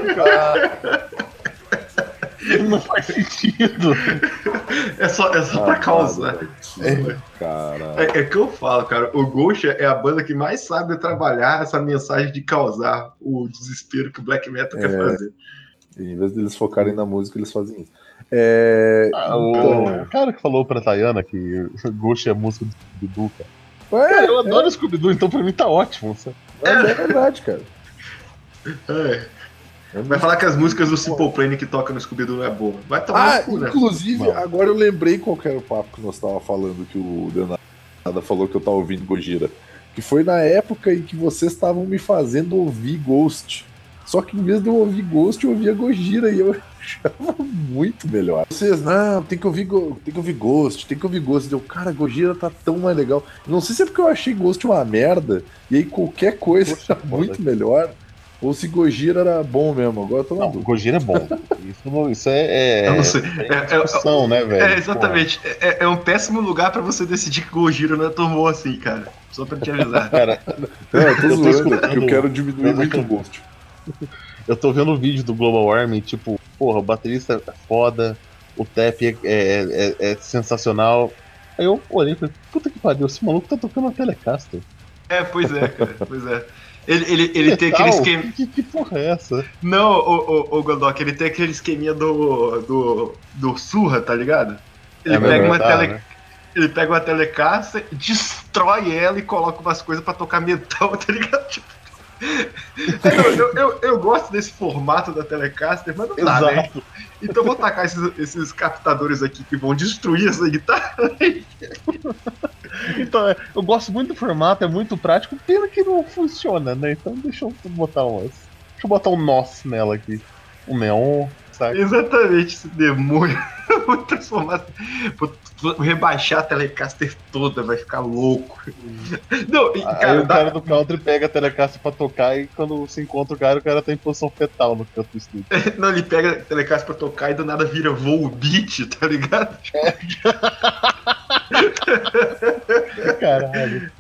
Não faz sentido. É só, é só pra causar. Cara. É, é que eu falo, cara. O Ghost é a banda que mais sabe trabalhar essa mensagem de causar o desespero que o black metal quer fazer. Em vez deles focarem na música, eles fazem isso. É, Ah, então, o cara que falou pra Tayana que Ghost é a música do Scooby-Doo, cara. é, Cara, eu adoro Scooby-Doo, então pra mim tá ótimo. Sabe? mas é verdade, cara. É. É Vai falar que as músicas do Simple Plan que toca no Scooby-Doo não é boa. Vai tomar Ah, no cu, né? inclusive, Não. agora eu lembrei qual que era o papo que nós tava falando, que o Leonardo falou que eu tava ouvindo Gojira. Que foi na época em que vocês estavam me fazendo ouvir Ghost. Só que em vez de eu ouvir Ghost, eu ouvia Gojira e eu achava muito melhor. Vocês, não, tem que ouvir, Go- tem que ouvir Ghost, tem que ouvir Ghost. Eu, cara, Gojira tá tão mais legal. Não sei se é porque eu achei Ghost uma merda, e aí qualquer coisa Poxa, tá foda. muito melhor. Ou se Gojira era bom mesmo, agora eu tô na Não, dúvida. Gojira é bom. Isso, não- isso é, é. Eu não sei. tem É, é- discussão, né, velho? É, exatamente. É, é um péssimo lugar pra você decidir que Gojira não é tão bom assim, cara. Só pra te avisar. Cara, Não, eu tô Eu tô zoando, escutando- porque eu quero diminuir eu tô- muito o Ghost. eu tô vendo o vídeo do Global Warming, tipo, porra, o baterista é foda, o tap é, é, é- é sensacional. Aí eu olhei e falei, puta que pariu, esse maluco tá tocando uma Telecaster. É, pois é, cara. Pois é. Ele, ele, ele tem aquele Metal? esquema. Que, que porra é essa? Não, o, o, o Godok, ele tem aquele esqueminha do, do, do Surra, tá ligado? Ele, É, pega, mas uma tá, tele, né? ele pega uma telecaster, destrói ela e coloca umas coisas pra tocar metal, tá ligado? Tipo, eu, eu, eu, eu gosto desse formato da Telecaster, mas não dá, né? Exato. Então eu vou tacar esses, esses captadores aqui que vão destruir essa guitarra. Então, é, eu gosto muito do formato, é muito prático, pena que não funciona, né? Então deixa eu botar umas. Deixa eu botar um nos nela aqui. Um neon, sabe? Exatamente, esse demônio. Vou transformar. Vou, vou rebaixar a Telecaster toda, vai ficar louco. Não, e, Aí cara, o dá- cara do country pega a Telecaster pra tocar e quando se encontra o cara, o cara tá em posição fetal no canto do estúdio. não, ele pega a Telecaster pra tocar e do nada vira voo beat, tá ligado? Caralho.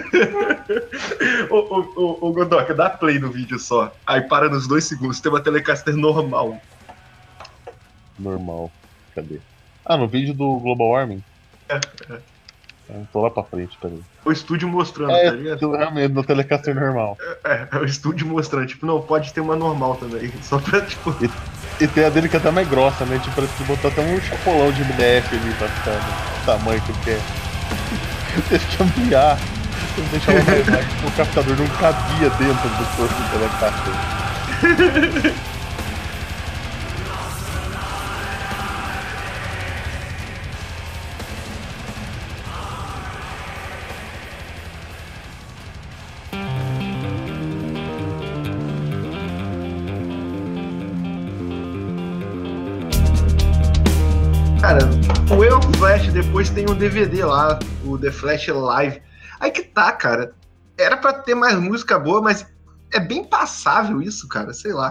ô, ô, ô, ô, Godoka, dá play no vídeo só. Aí para nos dois segundos, tem uma Telecaster normal. Normal. Cadê? Ah, no vídeo do Global Warming? É, é. Tô lá pra frente, peraí. O estúdio mostrando, É, tá ligado? realmente, no Telecaster normal. É, é o estúdio mostrando, tipo, não, pode ter uma normal também. Só pra, tipo. E tem a dele que é até mais grossa, né? Tipo, ele botou até um chapolão de M D F ali pra ficar no tamanho que ele quer. Teve que ampliar. Teve que deixar ela mais baixo, porque o captador não cabia dentro do corpo do Telecaster. Cara, o El Flash depois tem um D V D lá, o The Flash Live. Aí que tá, cara. Era pra ter mais música boa, mas é bem passável isso, cara. Sei lá.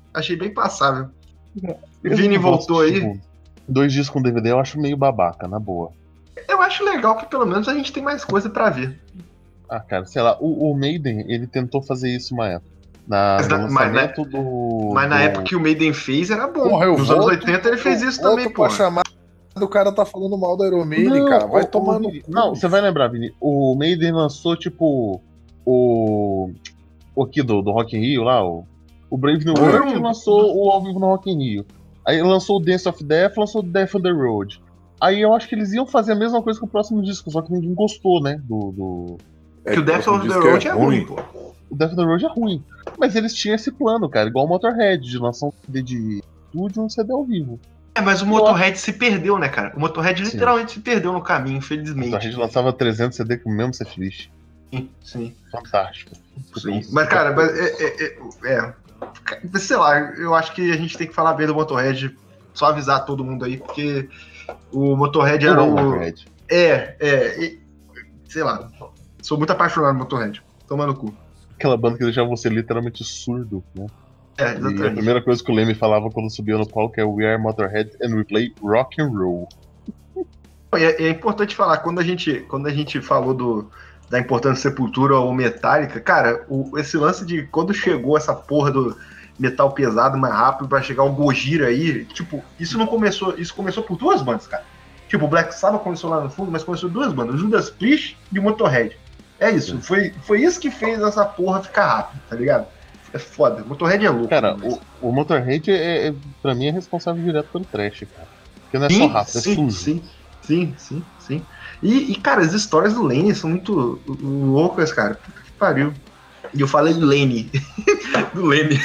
Achei bem passável. Eu Vini não gosto, voltou aí. tipo, dois dias com D V D eu acho meio babaca, na boa. Eu acho legal que pelo menos a gente tem mais coisa pra ver. Ah, cara, sei lá, o, o Maiden, ele tentou fazer isso uma época. Na, Mas, no na, mas, na, lançamento do, mas na época do. que o Maiden fez era bom. Porra, eu Nos volto, anos oitenta ele fez eu isso volto também, pra porra. chamar do cara tá falando mal da Iron Maiden, Não, cara. Vai o- tomar o no Vini- cu. Não, você vai lembrar, Vini. O Maiden lançou, tipo, o. O aqui do, do Rock in Rio lá, o, o Brave New Foi World, e um- lançou o ao vivo no Rock in Rio. Aí lançou o Dance of Death, lançou o Death on the Road. Aí eu acho que eles iam fazer a mesma coisa com o próximo disco, só que ninguém gostou, né? Do. do... É que o Death próximo of the disco Road é ruim, pô. O Death on the Road é ruim. Mas eles tinham esse plano, cara, igual o Motorhead, de lançar um C D de estúdio e um C D ao vivo. É, mas o Motorhead se perdeu, né, cara? O Motorhead Sim. literalmente se perdeu no caminho, O infelizmente. Motorhead lançava trezentos C D com o mesmo setlist. Sim, sim. Fantástico. sim. Mas, cara, mas é, é, é, é, sei lá, eu acho que a gente tem que falar bem do Motorhead, só avisar todo mundo aí, porque o Motorhead Eu era amo o. Motorhead. É, é, e- sei lá, sou muito apaixonado no Motorhead. Toma no cu. Aquela banda que deixava você literalmente surdo, né? É, E a exatamente. primeira coisa que o Leme falava quando subia no palco é We are Motorhead and we play rock and roll. E é, é importante falar, quando a gente, quando a gente falou do, da importância de Sepultura ou Metallica, cara, o, esse lance de quando chegou essa porra do metal pesado mais rápido pra chegar o Gojira aí, tipo, isso não começou, isso começou por duas bandas, cara. Tipo, o Black Sabbath começou lá no fundo, mas começou duas bandas, o Judas Priest e o Motorhead. É isso, foi, foi isso que fez essa porra ficar rápido, tá ligado? É foda, o Motorhead é louco. Cara, mas... o, o Motorhead é, é, pra mim, é responsável direto pelo trash, cara. Porque não é sim, só rápido, sim, é sujo. Sim, sim, sim, sim. E, e, cara, as histórias do Lane são muito loucas, cara. Puta que pariu. E eu falei do Lane. do Lane.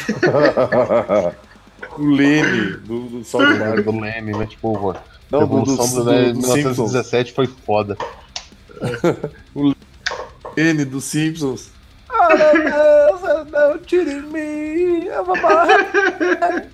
O Lene do, do South Park. Do Leme, né? Tipo, a Não, Revolução do, do, do, né, do mil novecentos e dezessete foi foda. O Lene dos Simpsons. Oh, meu Deus, não tire me. Eu vou morrer.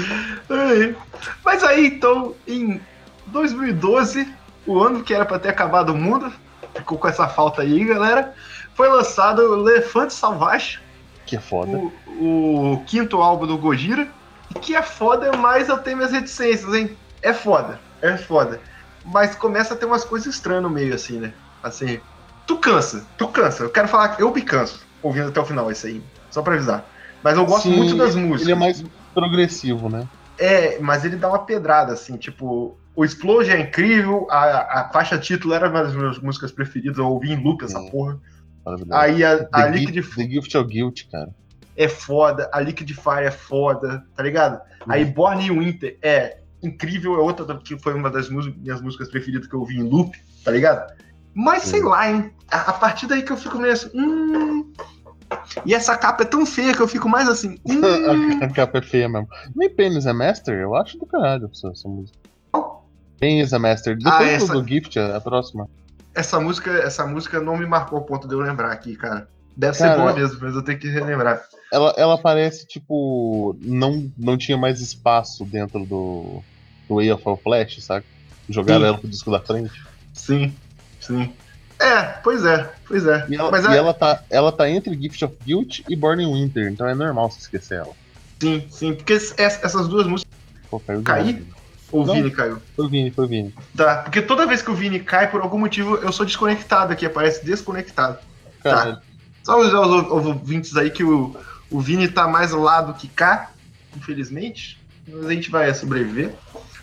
Mas aí, então, em dois mil e doze, o ano que era pra ter acabado o mundo, ficou com essa falta aí, galera, foi lançado o Elefante Salvaje, Que é foda. o, o quinto álbum do Gojira, que é foda, mas eu tenho minhas reticências, hein? É foda, é foda. Mas começa a ter umas coisas estranhas no meio, assim, né? Assim, tu cansa, tu cansa. Eu quero falar que eu me canso ouvindo até o final isso aí, só pra avisar. Mas eu gosto Sim, muito das ele, músicas. Ele é mais progressivo, né? É, mas ele dá uma pedrada, assim, tipo, o Explosion é incrível, a, a faixa título era uma das minhas músicas preferidas, eu ouvi em loop essa Sim. porra. Maravilhoso. Aí a, a The, Liquid Gift, The Gift of Guilt, cara. é foda, a Liquid Fire é foda, tá ligado? Aí Born in Winter é incrível, é outra que foi uma das minhas músicas preferidas que eu ouvi em loop, tá ligado? Mas Sim. sei lá, hein? A, a partir daí que eu fico meio assim, hum... E essa capa é tão feia que eu fico mais assim, hum... a, a capa é feia mesmo. Nem Pain is a Master, eu acho do caralho essa, essa música. Pain is a Master. Depois Ah, do, essa- do Gift, a, a próxima. Essa música, essa música não me marcou ao ponto de eu lembrar aqui, cara. Deve Cara, ser boa mesmo, mas eu tenho que relembrar. Ela, ela parece, tipo, não, não tinha mais espaço dentro do, do Way of All Flash, sabe? Jogaram Sim. ela pro disco da frente. Sim, sim. É, pois é, pois é. E ela, Mas e é, ela, tá, ela tá entre Gift of Guilt e Born in Winter, então é normal você esquecer ela. sim, sim, porque es- essas duas músicas. Pô, caiu de Caí? novo. Ou o Não. Vini caiu? Foi o Vini, foi o Vini. Tá, porque toda vez que o Vini cai, por algum motivo, eu sou desconectado aqui, aparece desconectado. Cara, Só avisar os ou- ouvintes aí que o, o Vini tá mais lá do que cá, infelizmente. Mas a gente vai sobreviver.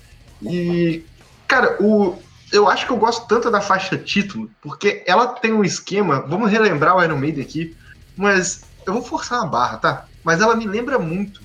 E, cara, o, eu acho que eu gosto tanto da faixa título, porque ela tem um esquema. Vamos relembrar o Iron Maiden aqui, mas eu vou forçar uma barra, tá? Mas ela me lembra muito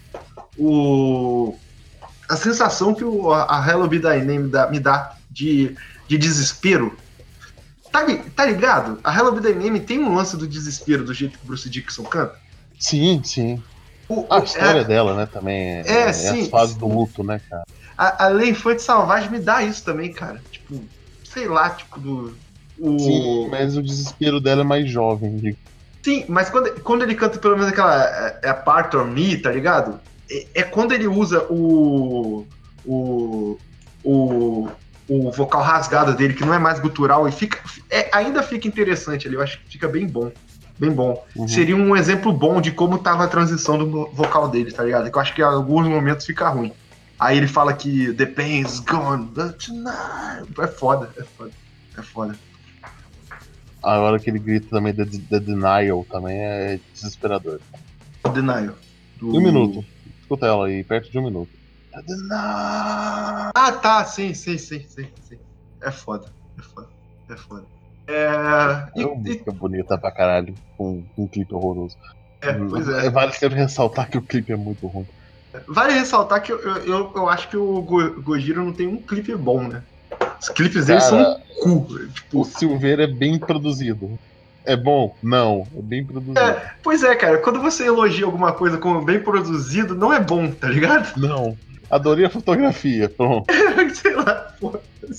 o, a sensação que o, a Hello Be Thy Name dá- me dá de, de desespero. Tá, li- tá ligado? A Hello Be Thy Name tem um lance do desespero do jeito que o Bruce Dickinson canta. sim, sim. O- A o- história é- dela, né, também. É, É, é sim. as fases do luto, né, cara? A, a Lei Infante Salvagem me dá isso também, cara. Tipo, sei lá, tipo, do. O... Sim, mas o desespero dela é mais jovem. de- Sim, mas quando, quando ele canta pelo menos aquela. É, é a Part of Me, tá ligado? É, é quando ele usa o. O. O. O vocal rasgado dele, que não é mais gutural, e fica. É, ainda fica interessante ali, eu acho que fica bem bom. bem bom. Uhum. Seria um exemplo bom de como tava a transição do vocal dele, tá ligado? Que eu acho que em alguns momentos fica ruim. Aí ele fala que the pain's gone, but tonight. É foda, é foda, é foda. Agora aquele grito também The, the Denial também é desesperador. Denial. Do... Um minuto. Escuta ela aí, perto de um minuto. The Denial. Ah, tá, sim, sim, sim, sim, sim. É foda, é foda, é foda. É, é uma música e... bonita pra caralho, com, com um clipe horroroso. É, pois é. Vale sempre ressaltar que o clipe é muito ruim. Vale ressaltar que eu, eu, eu acho que o Gojira não tem um clipe bom, né? Os clipes Cara, deles são um cu. Tipo... O Silveira é bem produzido. É bom? Não, é bem produzido. É, pois é, cara, quando você elogia alguma coisa como bem produzido, não é bom, tá ligado? Não. Adorei a fotografia, pronto. Sei lá, pô.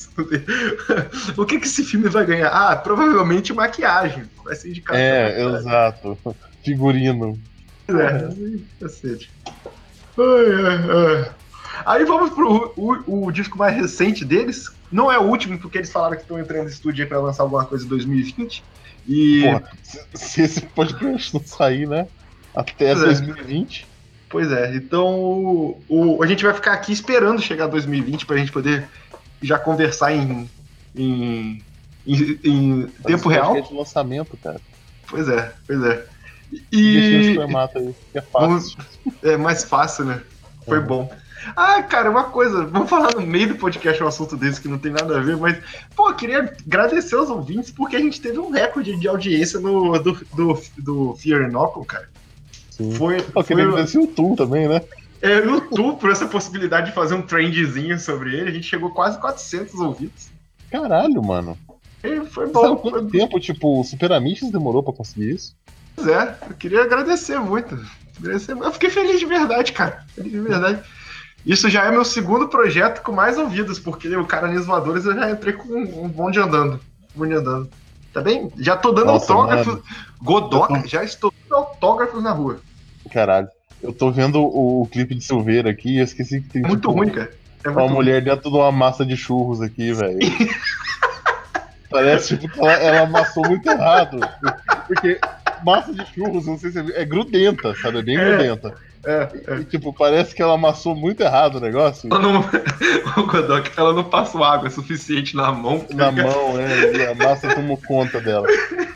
O que que esse filme vai ganhar? Ah, provavelmente maquiagem. Vai ser indicado. É, exato. Figurino. É, cacete. Ai, ai, ai. Aí vamos pro o, o disco mais recente deles. Não é o último, porque eles falaram que estão entrando no estúdio aí pra lançar alguma coisa em dois mil e vinte. E... Porra, se, se esse podcast não sair, né? Até pois dois mil e vinte. É. Pois é, então o, o, a gente vai ficar aqui esperando chegar dois mil e vinte pra gente poder já conversar em, em, em, em tempo real. É de lançamento, cara. Pois é, pois é. E deixa esse formato aí, que é fácil. É mais fácil, né? Foi uhum. bom. Ah, cara, uma coisa, vamos falar no meio do podcast um assunto desse que não tem nada a ver, mas, pô, eu queria agradecer aos ouvintes porque a gente teve um recorde de audiência no, do, do, do Fear Inoculum, cara. Sim. Foi, eu queria agradecer o Tu também, né? É, o Tu, por essa possibilidade de fazer um trendzinho sobre ele, a gente chegou quase quatrocentos ouvintes. Caralho, mano. É, foi bom. Sabe quanto foi... tempo, tipo, o Super Amiches demorou pra conseguir isso? Pois é, eu queria agradecer muito. Agradecer, eu fiquei feliz de verdade, cara. Feliz de verdade. Isso já é meu segundo projeto com mais ouvidos, porque o Caranias Voadores eu já entrei com um bonde andando. Um bonde andando. Tá bem? Já tô dando Nossa, autógrafos. Mano. Godoka, tô... já estou dando autógrafos na rua. Caralho. Eu tô vendo o, o clipe de Silveira aqui e eu esqueci que tem é muito tipo, ruim, cara. É muito uma ruim. mulher dentro de uma massa de churros aqui, velho. Parece tipo, que ela, ela amassou muito errado. Porque massa de churros, não sei se é, é grudenta, sabe? É bem é. grudenta. É, é. E, tipo, parece que ela amassou muito errado o negócio. Ela não, o Godoka, ela não passou água suficiente na mão. Na mão, é, e a massa tomou conta dela.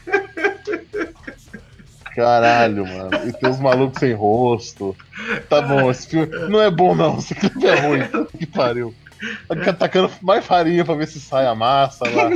Caralho, mano. E tem os malucos sem rosto. Tá bom, esse filme não é bom não, esse clipe é ruim. Que pariu. Tá tacando mais farinha pra ver se sai a massa lá.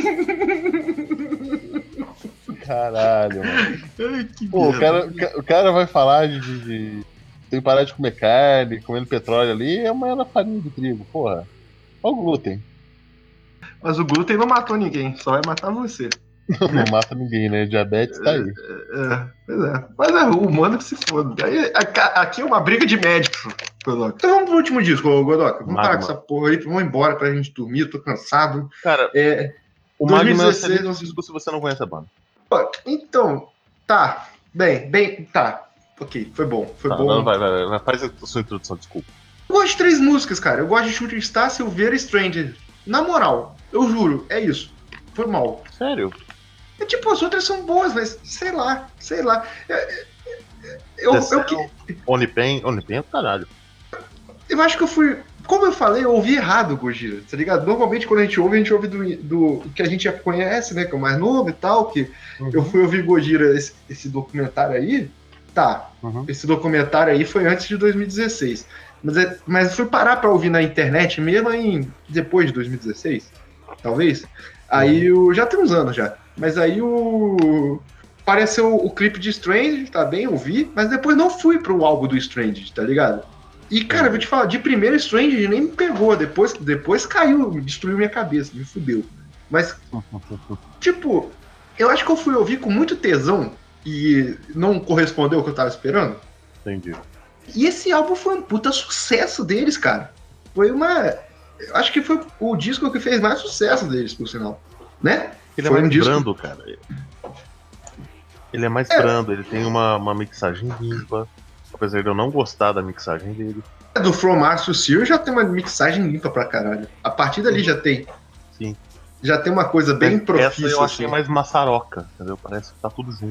Caralho, mano. Ai, que Pô, o cara, o cara vai falar de... de... tem que parar de comer carne, comendo petróleo ali, é uma era farinha de trigo, porra. Olha o glúten. Mas o glúten não matou ninguém, só vai matar você. Não, não mata ninguém, né? Diabetes tá aí. É, é, pois é. Mas é o humano que se foda. Aí, aqui é uma briga de médicos, Godoka. Então vamos pro último disco, Godoka. Vamos Magma. Parar com essa porra aí, vamos embora pra gente dormir, eu tô cansado. Cara, é, o Magma é um excelente disco se você não conhece a banda. Então, tá. Bem, bem, tá. Ok, foi bom, foi tá, bom. Não, vai, vai, vai, faz a sua introdução, desculpa. Eu gosto de três músicas, cara. Eu gosto de Shooting Star, Silveira e Stranger. Na moral, eu juro, é isso. Foi mal. Sério? É, tipo, as outras são boas, mas sei lá, sei lá. Eu, eu, eu que... Onipen, Onipen é caralho. Eu acho que eu fui... Como eu falei, eu ouvi errado o Gojira, tá ligado? Normalmente quando a gente ouve, a gente ouve do, do que a gente já conhece, né? Que é o mais novo e tal, que uhum. eu fui ouvir Gojira, esse, esse documentário aí, tá, uhum. esse documentário aí foi antes de dois mil e dezesseis, mas, é, mas eu fui parar pra ouvir na internet mesmo em, depois de dois mil e dezesseis, talvez, aí o, já tem uns anos já, mas aí o... apareceu o, o clipe de Strange, tá bem, eu vi, mas depois não fui pro álbum do Strange, tá ligado? E, cara, eu vou te falar, de primeiro Strange nem me pegou, depois, depois caiu, destruiu minha cabeça, me fudeu. Mas, tipo, eu acho que eu fui ouvir com muito tesão e não correspondeu ao que eu tava esperando. Entendi. E esse álbum foi um puta sucesso deles, cara. Foi uma... Eu acho que foi o disco que fez mais sucesso deles, por sinal. Né? Ele foi é mais um disco... brando, cara. Ele é mais é. brando, ele tem uma, uma mixagem limpa. Apesar de eu não gostar da mixagem dele. Do From Mars to Zero já tem uma mixagem limpa pra caralho. A partir dali já tem. Sim. Já tem uma coisa bem Essa profícia. Essa eu achei assim. mais maçaroca, entendeu? Parece que tá tudo junto.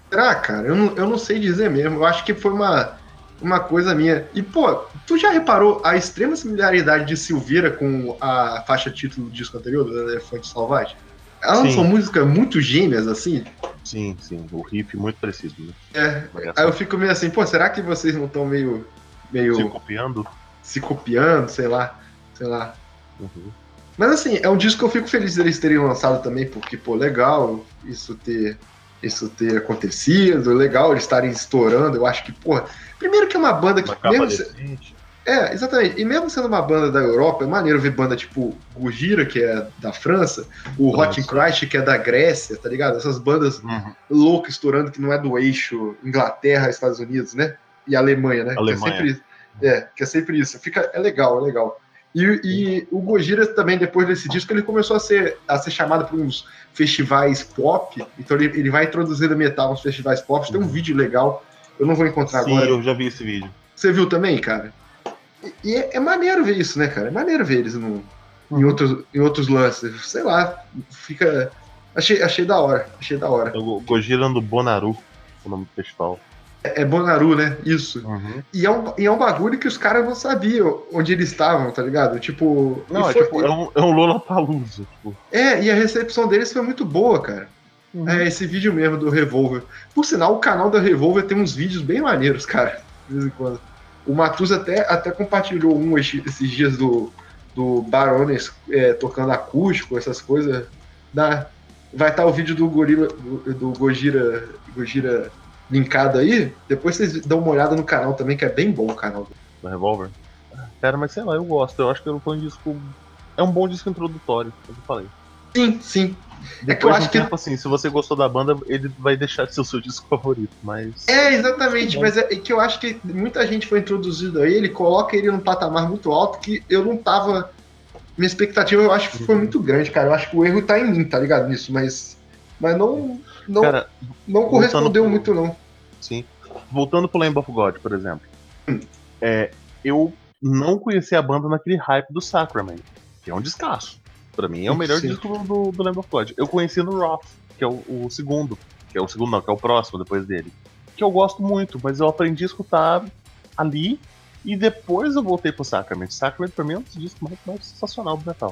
Será, cara? Eu não, eu não sei dizer mesmo. Eu acho que foi uma, uma coisa minha. E, pô, tu já reparou a extrema similaridade de Silveira com a faixa título do disco anterior, do Elefante Selvagem? Elas não são Sim. músicas muito gêmeas, assim? Sim, sim. O riff muito preciso, né? É. Aí eu fico meio assim, pô, será que vocês não estão meio. meio. Se copiando? se copiando, sei lá. Sei lá. Uhum. Mas assim, é um disco que eu fico feliz deles terem lançado também, porque, pô, legal isso ter, isso ter acontecido, legal eles estarem estourando. Eu acho que, porra, primeiro que é uma banda que. Uma capa Mesmo, decente. é, exatamente. E mesmo sendo uma banda da Europa, é maneiro ver banda tipo Gojira, que é da França, o Hot in Christ, que é da Grécia, tá ligado? Essas bandas Uhum. loucas estourando que não é do eixo Inglaterra, Estados Unidos, né? E Alemanha, né? Alemanha. Que é sempre, é, que é sempre isso. Fica, é legal, é legal. E, e o Gojira também, depois desse disco, ele começou a ser, a ser chamado para uns festivais pop. Então ele, ele vai introduzindo metal nos festivais pop. Tem um vídeo legal, eu não vou encontrar Sim, agora. eu já vi esse vídeo. Você viu também, cara? E, e é, é maneiro ver isso, né, cara? É maneiro ver eles no, Uhum. em, outros, em outros lances. Sei lá, fica. Achei, achei da hora, achei da hora. É o Gojira do Bonaru, o nome do festival. É, é Bonaru, né? Isso. Uhum. E, é um, e é um bagulho que os caras não sabiam onde eles estavam, tá ligado? Tipo. Não, é foi, tipo, é um, é um Lollapalooza, tipo. É, e a recepção deles foi muito boa, cara. Uhum. É esse vídeo mesmo do Revolver. Por sinal, o canal da Revolver tem uns vídeos bem maneiros, cara. De vez em quando. O Matus até, até compartilhou um esses dias do, do Barones é, tocando acústico, essas coisas. Da, vai estar o vídeo do Gorila, do, do Gojira, Gojira linkado aí. Depois vocês dão uma olhada no canal também, que é bem bom o canal. Do Revolver. Cara, mas sei lá, eu gosto. Eu acho que foi um disco. É um bom disco introdutório, como eu falei. Sim, sim. Depois é que eu de acho um que. tempo, assim, se você gostou da banda, ele vai deixar de ser o seu disco favorito, mas. É, exatamente, mas é, é que eu acho que muita gente foi introduzida a ele, coloca ele num patamar muito alto que eu não tava. Minha expectativa eu acho que foi muito grande, cara. Eu acho que o erro tá em mim, tá ligado? Nisso, mas. Mas não. Não, Cara, não correspondeu pro... muito, não. Sim. Voltando pro Lamb of God, por exemplo. Hum. É, eu não conheci a banda naquele hype do Sacrament, que é um descasso. Pra mim é o melhor Sim. disco do, do Lamb of God. Eu conheci no Wrath, que é o, o segundo. Que é o segundo, não, que é o próximo depois dele. Que eu gosto muito, mas eu aprendi a escutar ali e depois eu voltei pro Sacrament. Sacrament pra mim é um dos discos mais, mais sensacional do metal.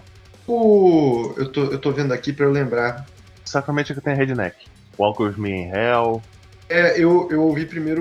O... Eu, tô, eu tô vendo aqui pra eu lembrar. Sacrament é que tem Redneck. Walk With Me in Hell. É, eu, eu ouvi primeiro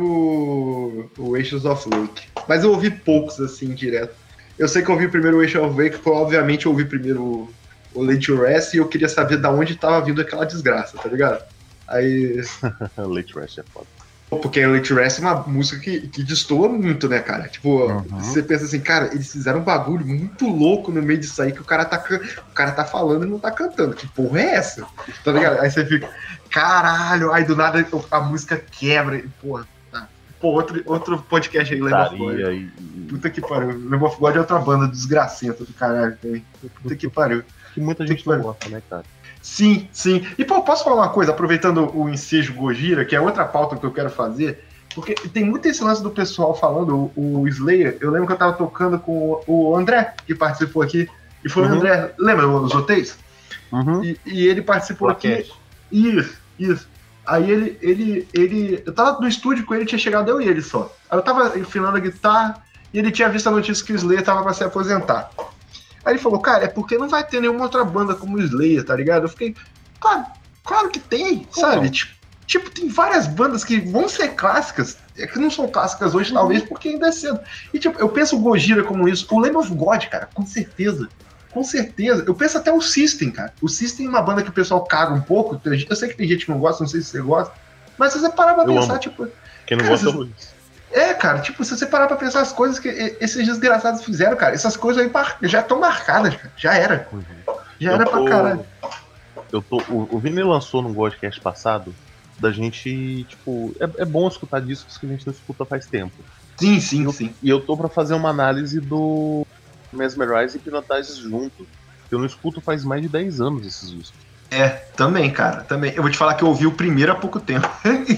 o, o Ashes of Wake. Mas eu ouvi poucos, assim, direto. Eu sei que eu ouvi primeiro o Ashes of Wake, porque obviamente eu ouvi primeiro o, o Late Rest e eu queria saber de onde tava vindo aquela desgraça, tá ligado? Aí. Late Rest é foda. Porque a Late Rest é uma música que, que destoa muito, né, cara? Tipo, uhum. Você pensa assim, cara, eles fizeram um bagulho muito louco no meio disso aí que o cara tá, o cara tá falando e não tá cantando. Que porra é essa? Tá ligado? Aí você fica, caralho, aí do nada a música quebra. E, porra, tá. Pô, outro, outro podcast aí, Lamb of God. E... Puta que pariu. Lamb of God é outra banda desgracenta do caralho também. Puta que pariu. Que muita gente não gosta, né, cara? Sim, sim. E, pô, posso falar uma coisa, aproveitando o ensejo Gojira, que é outra pauta que eu quero fazer, porque tem muito esse lance do pessoal falando, o, o Slayer, eu lembro que eu tava tocando com o André, que participou aqui, e foi uhum. o André, lembra os hotéis? Uhum. E, e ele participou aqui. Isso, isso. Aí ele, ele, ele. Eu tava no estúdio com ele, tinha chegado eu e ele só. Aí eu tava enfinando a guitarra e ele tinha visto a notícia que o Slayer tava pra se aposentar. Aí ele falou, cara, é porque não vai ter nenhuma outra banda como o Slayer, tá ligado? Eu fiquei, claro, claro que tem, sabe? Tipo, tipo, tem várias bandas que vão ser clássicas, é que não são clássicas hoje, uhum. talvez, porque ainda é cedo. E tipo, eu penso o Gojira como isso, o Lamb of God, cara, com certeza. Com certeza. Eu penso até o System, cara. O System é uma banda que o pessoal caga um pouco. Eu sei que tem gente que não gosta, não sei se você gosta. Mas se você parar pra eu pensar, amo. tipo... Quem não cara, gosta é o Luiz. É, cara, tipo, se você parar pra pensar as coisas que esses desgraçados fizeram, cara, essas coisas aí já estão marcadas, cara. Já era. Uhum. Já eu era tô... pra caralho. Eu tô... O, o Vini lançou no podcast passado da gente, tipo... É, é bom escutar discos que a gente não escuta faz tempo. Sim, sim, e eu, sim. E eu tô pra fazer uma análise do Mesmerize e Hypnotize junto. Eu não escuto faz mais de dez anos esses discos. É, também, cara, também. Eu vou te falar que eu ouvi o primeiro há pouco tempo.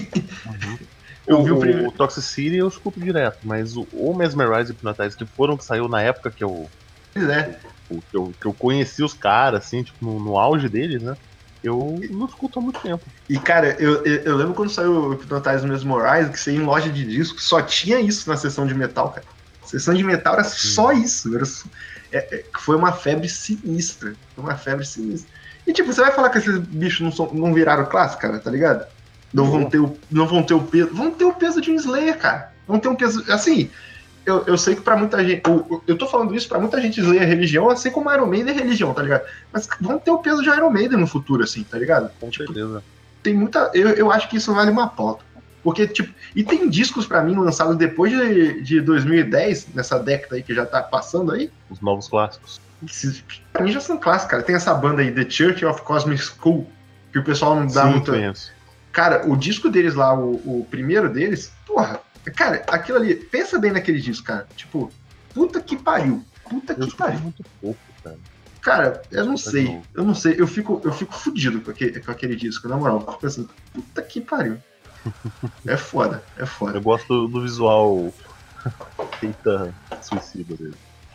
Uhum. Eu o, vi o, primeiro... o Toxicity eu escuto direto, mas o, o Mesmerize e Hypnotize, que foram que saiu na época que eu, é. o, que eu, que eu conheci os caras, assim, tipo, no, no auge deles, né? eu não escuto há muito tempo. E, cara, eu, eu, eu lembro quando saiu o Hypnotize Mesmerize, que você ia em loja de disco, só tinha isso na seção de metal, cara. A seção de metal era só isso. Era só, é, é, foi uma febre sinistra. Foi uma febre sinistra. E, tipo, você vai falar que esses bichos não, são, não viraram clássico, cara, tá ligado? Não vão, ter o, não vão ter o peso. Vão ter o peso de um Slayer, cara. Vão ter um peso. Assim, eu, eu sei que pra muita gente. Eu, eu tô falando isso pra muita gente, Slayer é religião, assim como Iron Maiden é religião, tá ligado? Mas vão ter o peso de Iron Maiden no futuro, assim, tá ligado? Com tipo, certeza. Tem muita. Eu, eu acho que isso vale uma pauta. Porque, tipo. E tem discos pra mim lançados depois de, de dois mil e dez, nessa década aí que já tá passando aí. Os novos clássicos. Que pra mim já são clássicos, cara. Tem essa banda aí, The Church of Cosmic School, que o pessoal não dá Sim, muita. Conheço. Cara, o disco deles lá, o, o primeiro deles, porra, cara, aquilo ali, pensa bem naquele disco, cara. Tipo, puta que pariu. Puta Eu que pariu. muito pouco, cara. Cara, eu não sei. Eu não sei. Eu fico, eu fico fudido com aquele, com aquele disco, na moral. Tipo assim, puta que pariu. É foda, é foda. Eu gosto do visual feita suicida dele.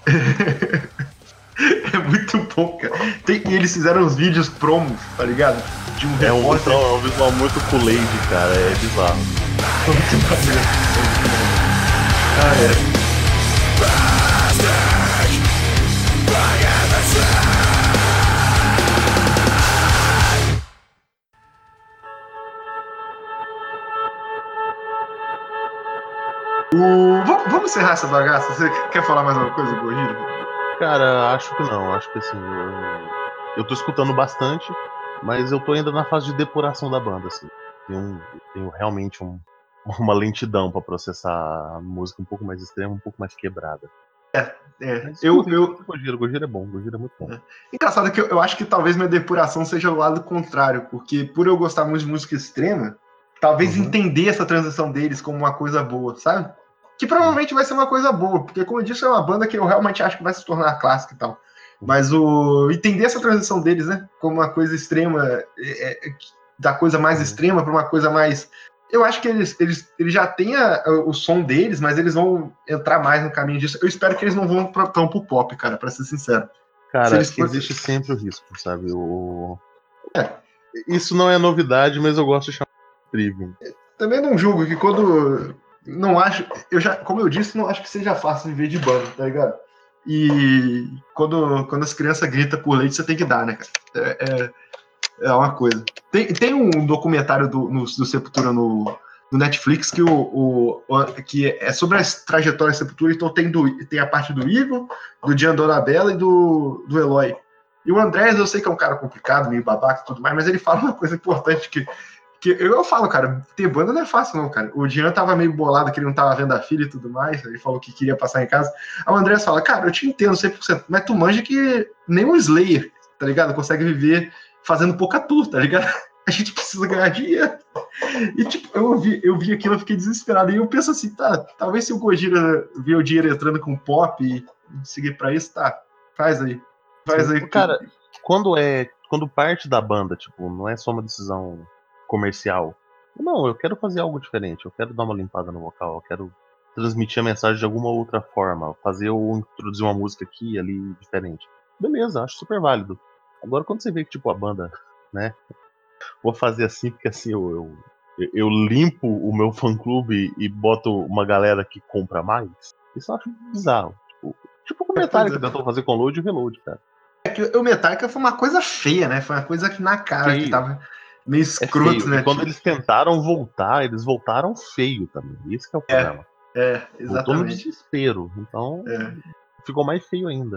É muito bom, cara. Tem, e eles fizeram uns vídeos promos, tá ligado? De um É um repórter. visual, é um visual muito Kool-Aid, cara. É bizarro. Muito maneiro. Ah, é. O... Vamos, vamos encerrar essa bagaça? Você quer falar mais alguma coisa, Gojira? Cara, acho que não. Acho que assim, eu, eu tô escutando bastante, mas eu tô ainda na fase de depuração da banda, assim. Tenho, tenho realmente um, uma lentidão pra processar a música um pouco mais extrema, um pouco mais quebrada. É, Mas eu, escutem, eu... escutem Gojira. Gojira é bom, Gojira é muito bom. É. Engraçado que eu, eu acho que talvez minha depuração seja o lado contrário, porque por eu gostar muito de música extrema, talvez Uhum. entender essa transição deles como uma coisa boa, sabe? Que provavelmente vai ser uma coisa boa, porque como eu disse, é uma banda que eu realmente acho que vai se tornar clássica e tal. Mas o entender essa transição deles, né, como uma coisa extrema, é, é, da coisa mais Uhum. extrema para uma coisa mais. Eu acho que eles, eles, eles já têm a, o som deles, mas eles vão entrar mais no caminho disso. Eu espero que eles não vão pra, tão pro pop, cara, para ser sincero. Cara, eles for... existe sempre o risco, sabe? O... É. Isso não é novidade, mas eu gosto de chamar de trivium. Também não julgo que quando. Não acho. Eu já, como eu disse, não acho que seja fácil viver de banda, tá ligado? E quando, quando as crianças gritam por leite, você tem que dar, né, cara? É, é, é uma coisa. Tem, tem um documentário do, no, do Sepultura no, no Netflix que, o, o, o, que é sobre a trajetória da Sepultura, então tem, do, tem a parte do Igor, do Gian Donabella e do, do Eloy. E o Andrés, eu sei que é um cara complicado, meio babaca e tudo mais, mas ele fala uma coisa importante que que eu, eu falo, cara, ter banda não é fácil, não, cara. O Jean tava meio bolado que ele não tava vendo a filha e tudo mais. Ele falou que queria passar em casa. Aí o André fala, cara, eu te entendo cem por cento, mas tu manja que nem um Slayer, tá ligado? Consegue viver fazendo pouca tour, tá ligado? A gente precisa ganhar dinheiro. E, tipo, eu vi, eu vi aquilo, eu fiquei desesperado. E eu penso assim, tá, talvez se o Gojira ver o dinheiro entrando com pop e seguir pra isso, tá, faz aí. Faz Sim. aí. Cara, quando é. Quando parte da banda, tipo, não é só uma decisão comercial. Não, eu quero fazer algo diferente, eu quero dar uma limpada no vocal, eu quero transmitir a mensagem de alguma outra forma, fazer ou introduzir uma música aqui e ali diferente. Beleza, acho super válido. Agora quando você vê que tipo a banda, né, vou fazer assim porque assim eu, eu, eu limpo o meu fã clube e boto uma galera que compra mais, isso eu acho bizarro. Tipo, tipo o comentário que tentou fazer com load e reload, cara. É que o Metallica foi uma coisa feia, né? Foi uma coisa que na cara Feio. que tava meio É escroto, feio. né? E quando Tipo, eles tentaram voltar, eles voltaram feio também. Isso que é o problema. é, Voltou no exatamente. desespero. Então É, ficou mais feio ainda.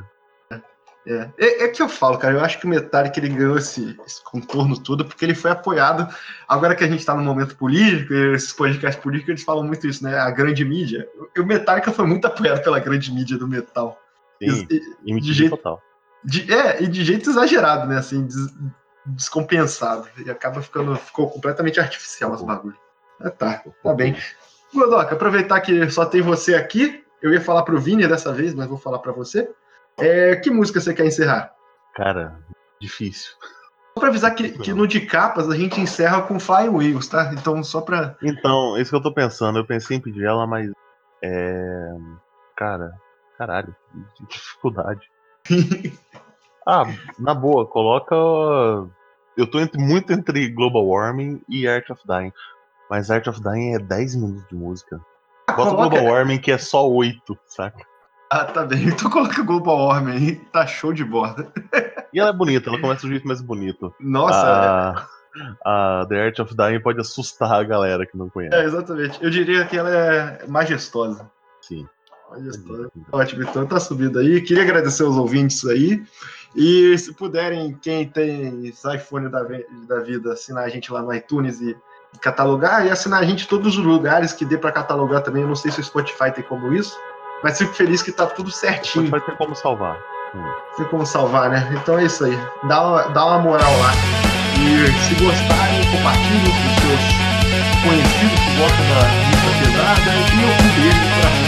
é. É, é que eu falo, cara. Eu acho que o Metallica ele ganhou esse, esse contorno todo porque ele foi apoiado. Agora que a gente tá no momento político, esses podcasts políticos, eles falam muito isso, né? A grande mídia. O Metallica foi muito apoiado pela grande mídia do metal. Sim, E, de M T V jeito, total. de, é, e de jeito exagerado, né? Assim, des, descompensado. E acaba ficando ficou completamente artificial os bagulhos. Ah, tá, tá bem. Godoka, aproveitar que só tem você aqui, eu ia falar pro Vini dessa vez, mas vou falar para você. É, que música você quer encerrar? Cara, difícil. Só pra avisar que, que no de capas a gente encerra com Flying Wheels, tá? Então, só pra. Então, isso que eu tô pensando. Eu pensei em pedir ela, mas. É. Cara, caralho, que dificuldade. Ah, na boa, coloca. eu tô entre, muito entre Global Warming e Art of Dying. Mas Art of Dying é dez minutos de música. Bota Coloca- Global Warming que é só oito, saca? Ah, tá bem. Então coloca Global Warming aí. Tá show de bola. E ela é bonita, ela começa do jeito mais bonito. Nossa, A, a The Art of Dying pode assustar a galera que não é, conhece. é, exatamente. Eu diria que ela é majestosa. Sim. Majestosa. Ótimo, então tá subindo aí. Queria agradecer aos ouvintes aí. E se puderem, quem tem esse iPhone da, ve- da vida, assinar a gente lá no iTunes e catalogar, e assinar a gente em todos os lugares que dê pra catalogar também. Eu não sei se o Spotify tem como isso, mas fico feliz que tá tudo certinho. Pode ter como salvar. Hum. Tem como salvar, né? Então é isso aí. Dá uma, dá uma moral lá. E se gostarem, compartilhem com os seus conhecidos que gostam da música pesada. E um beijo no coração.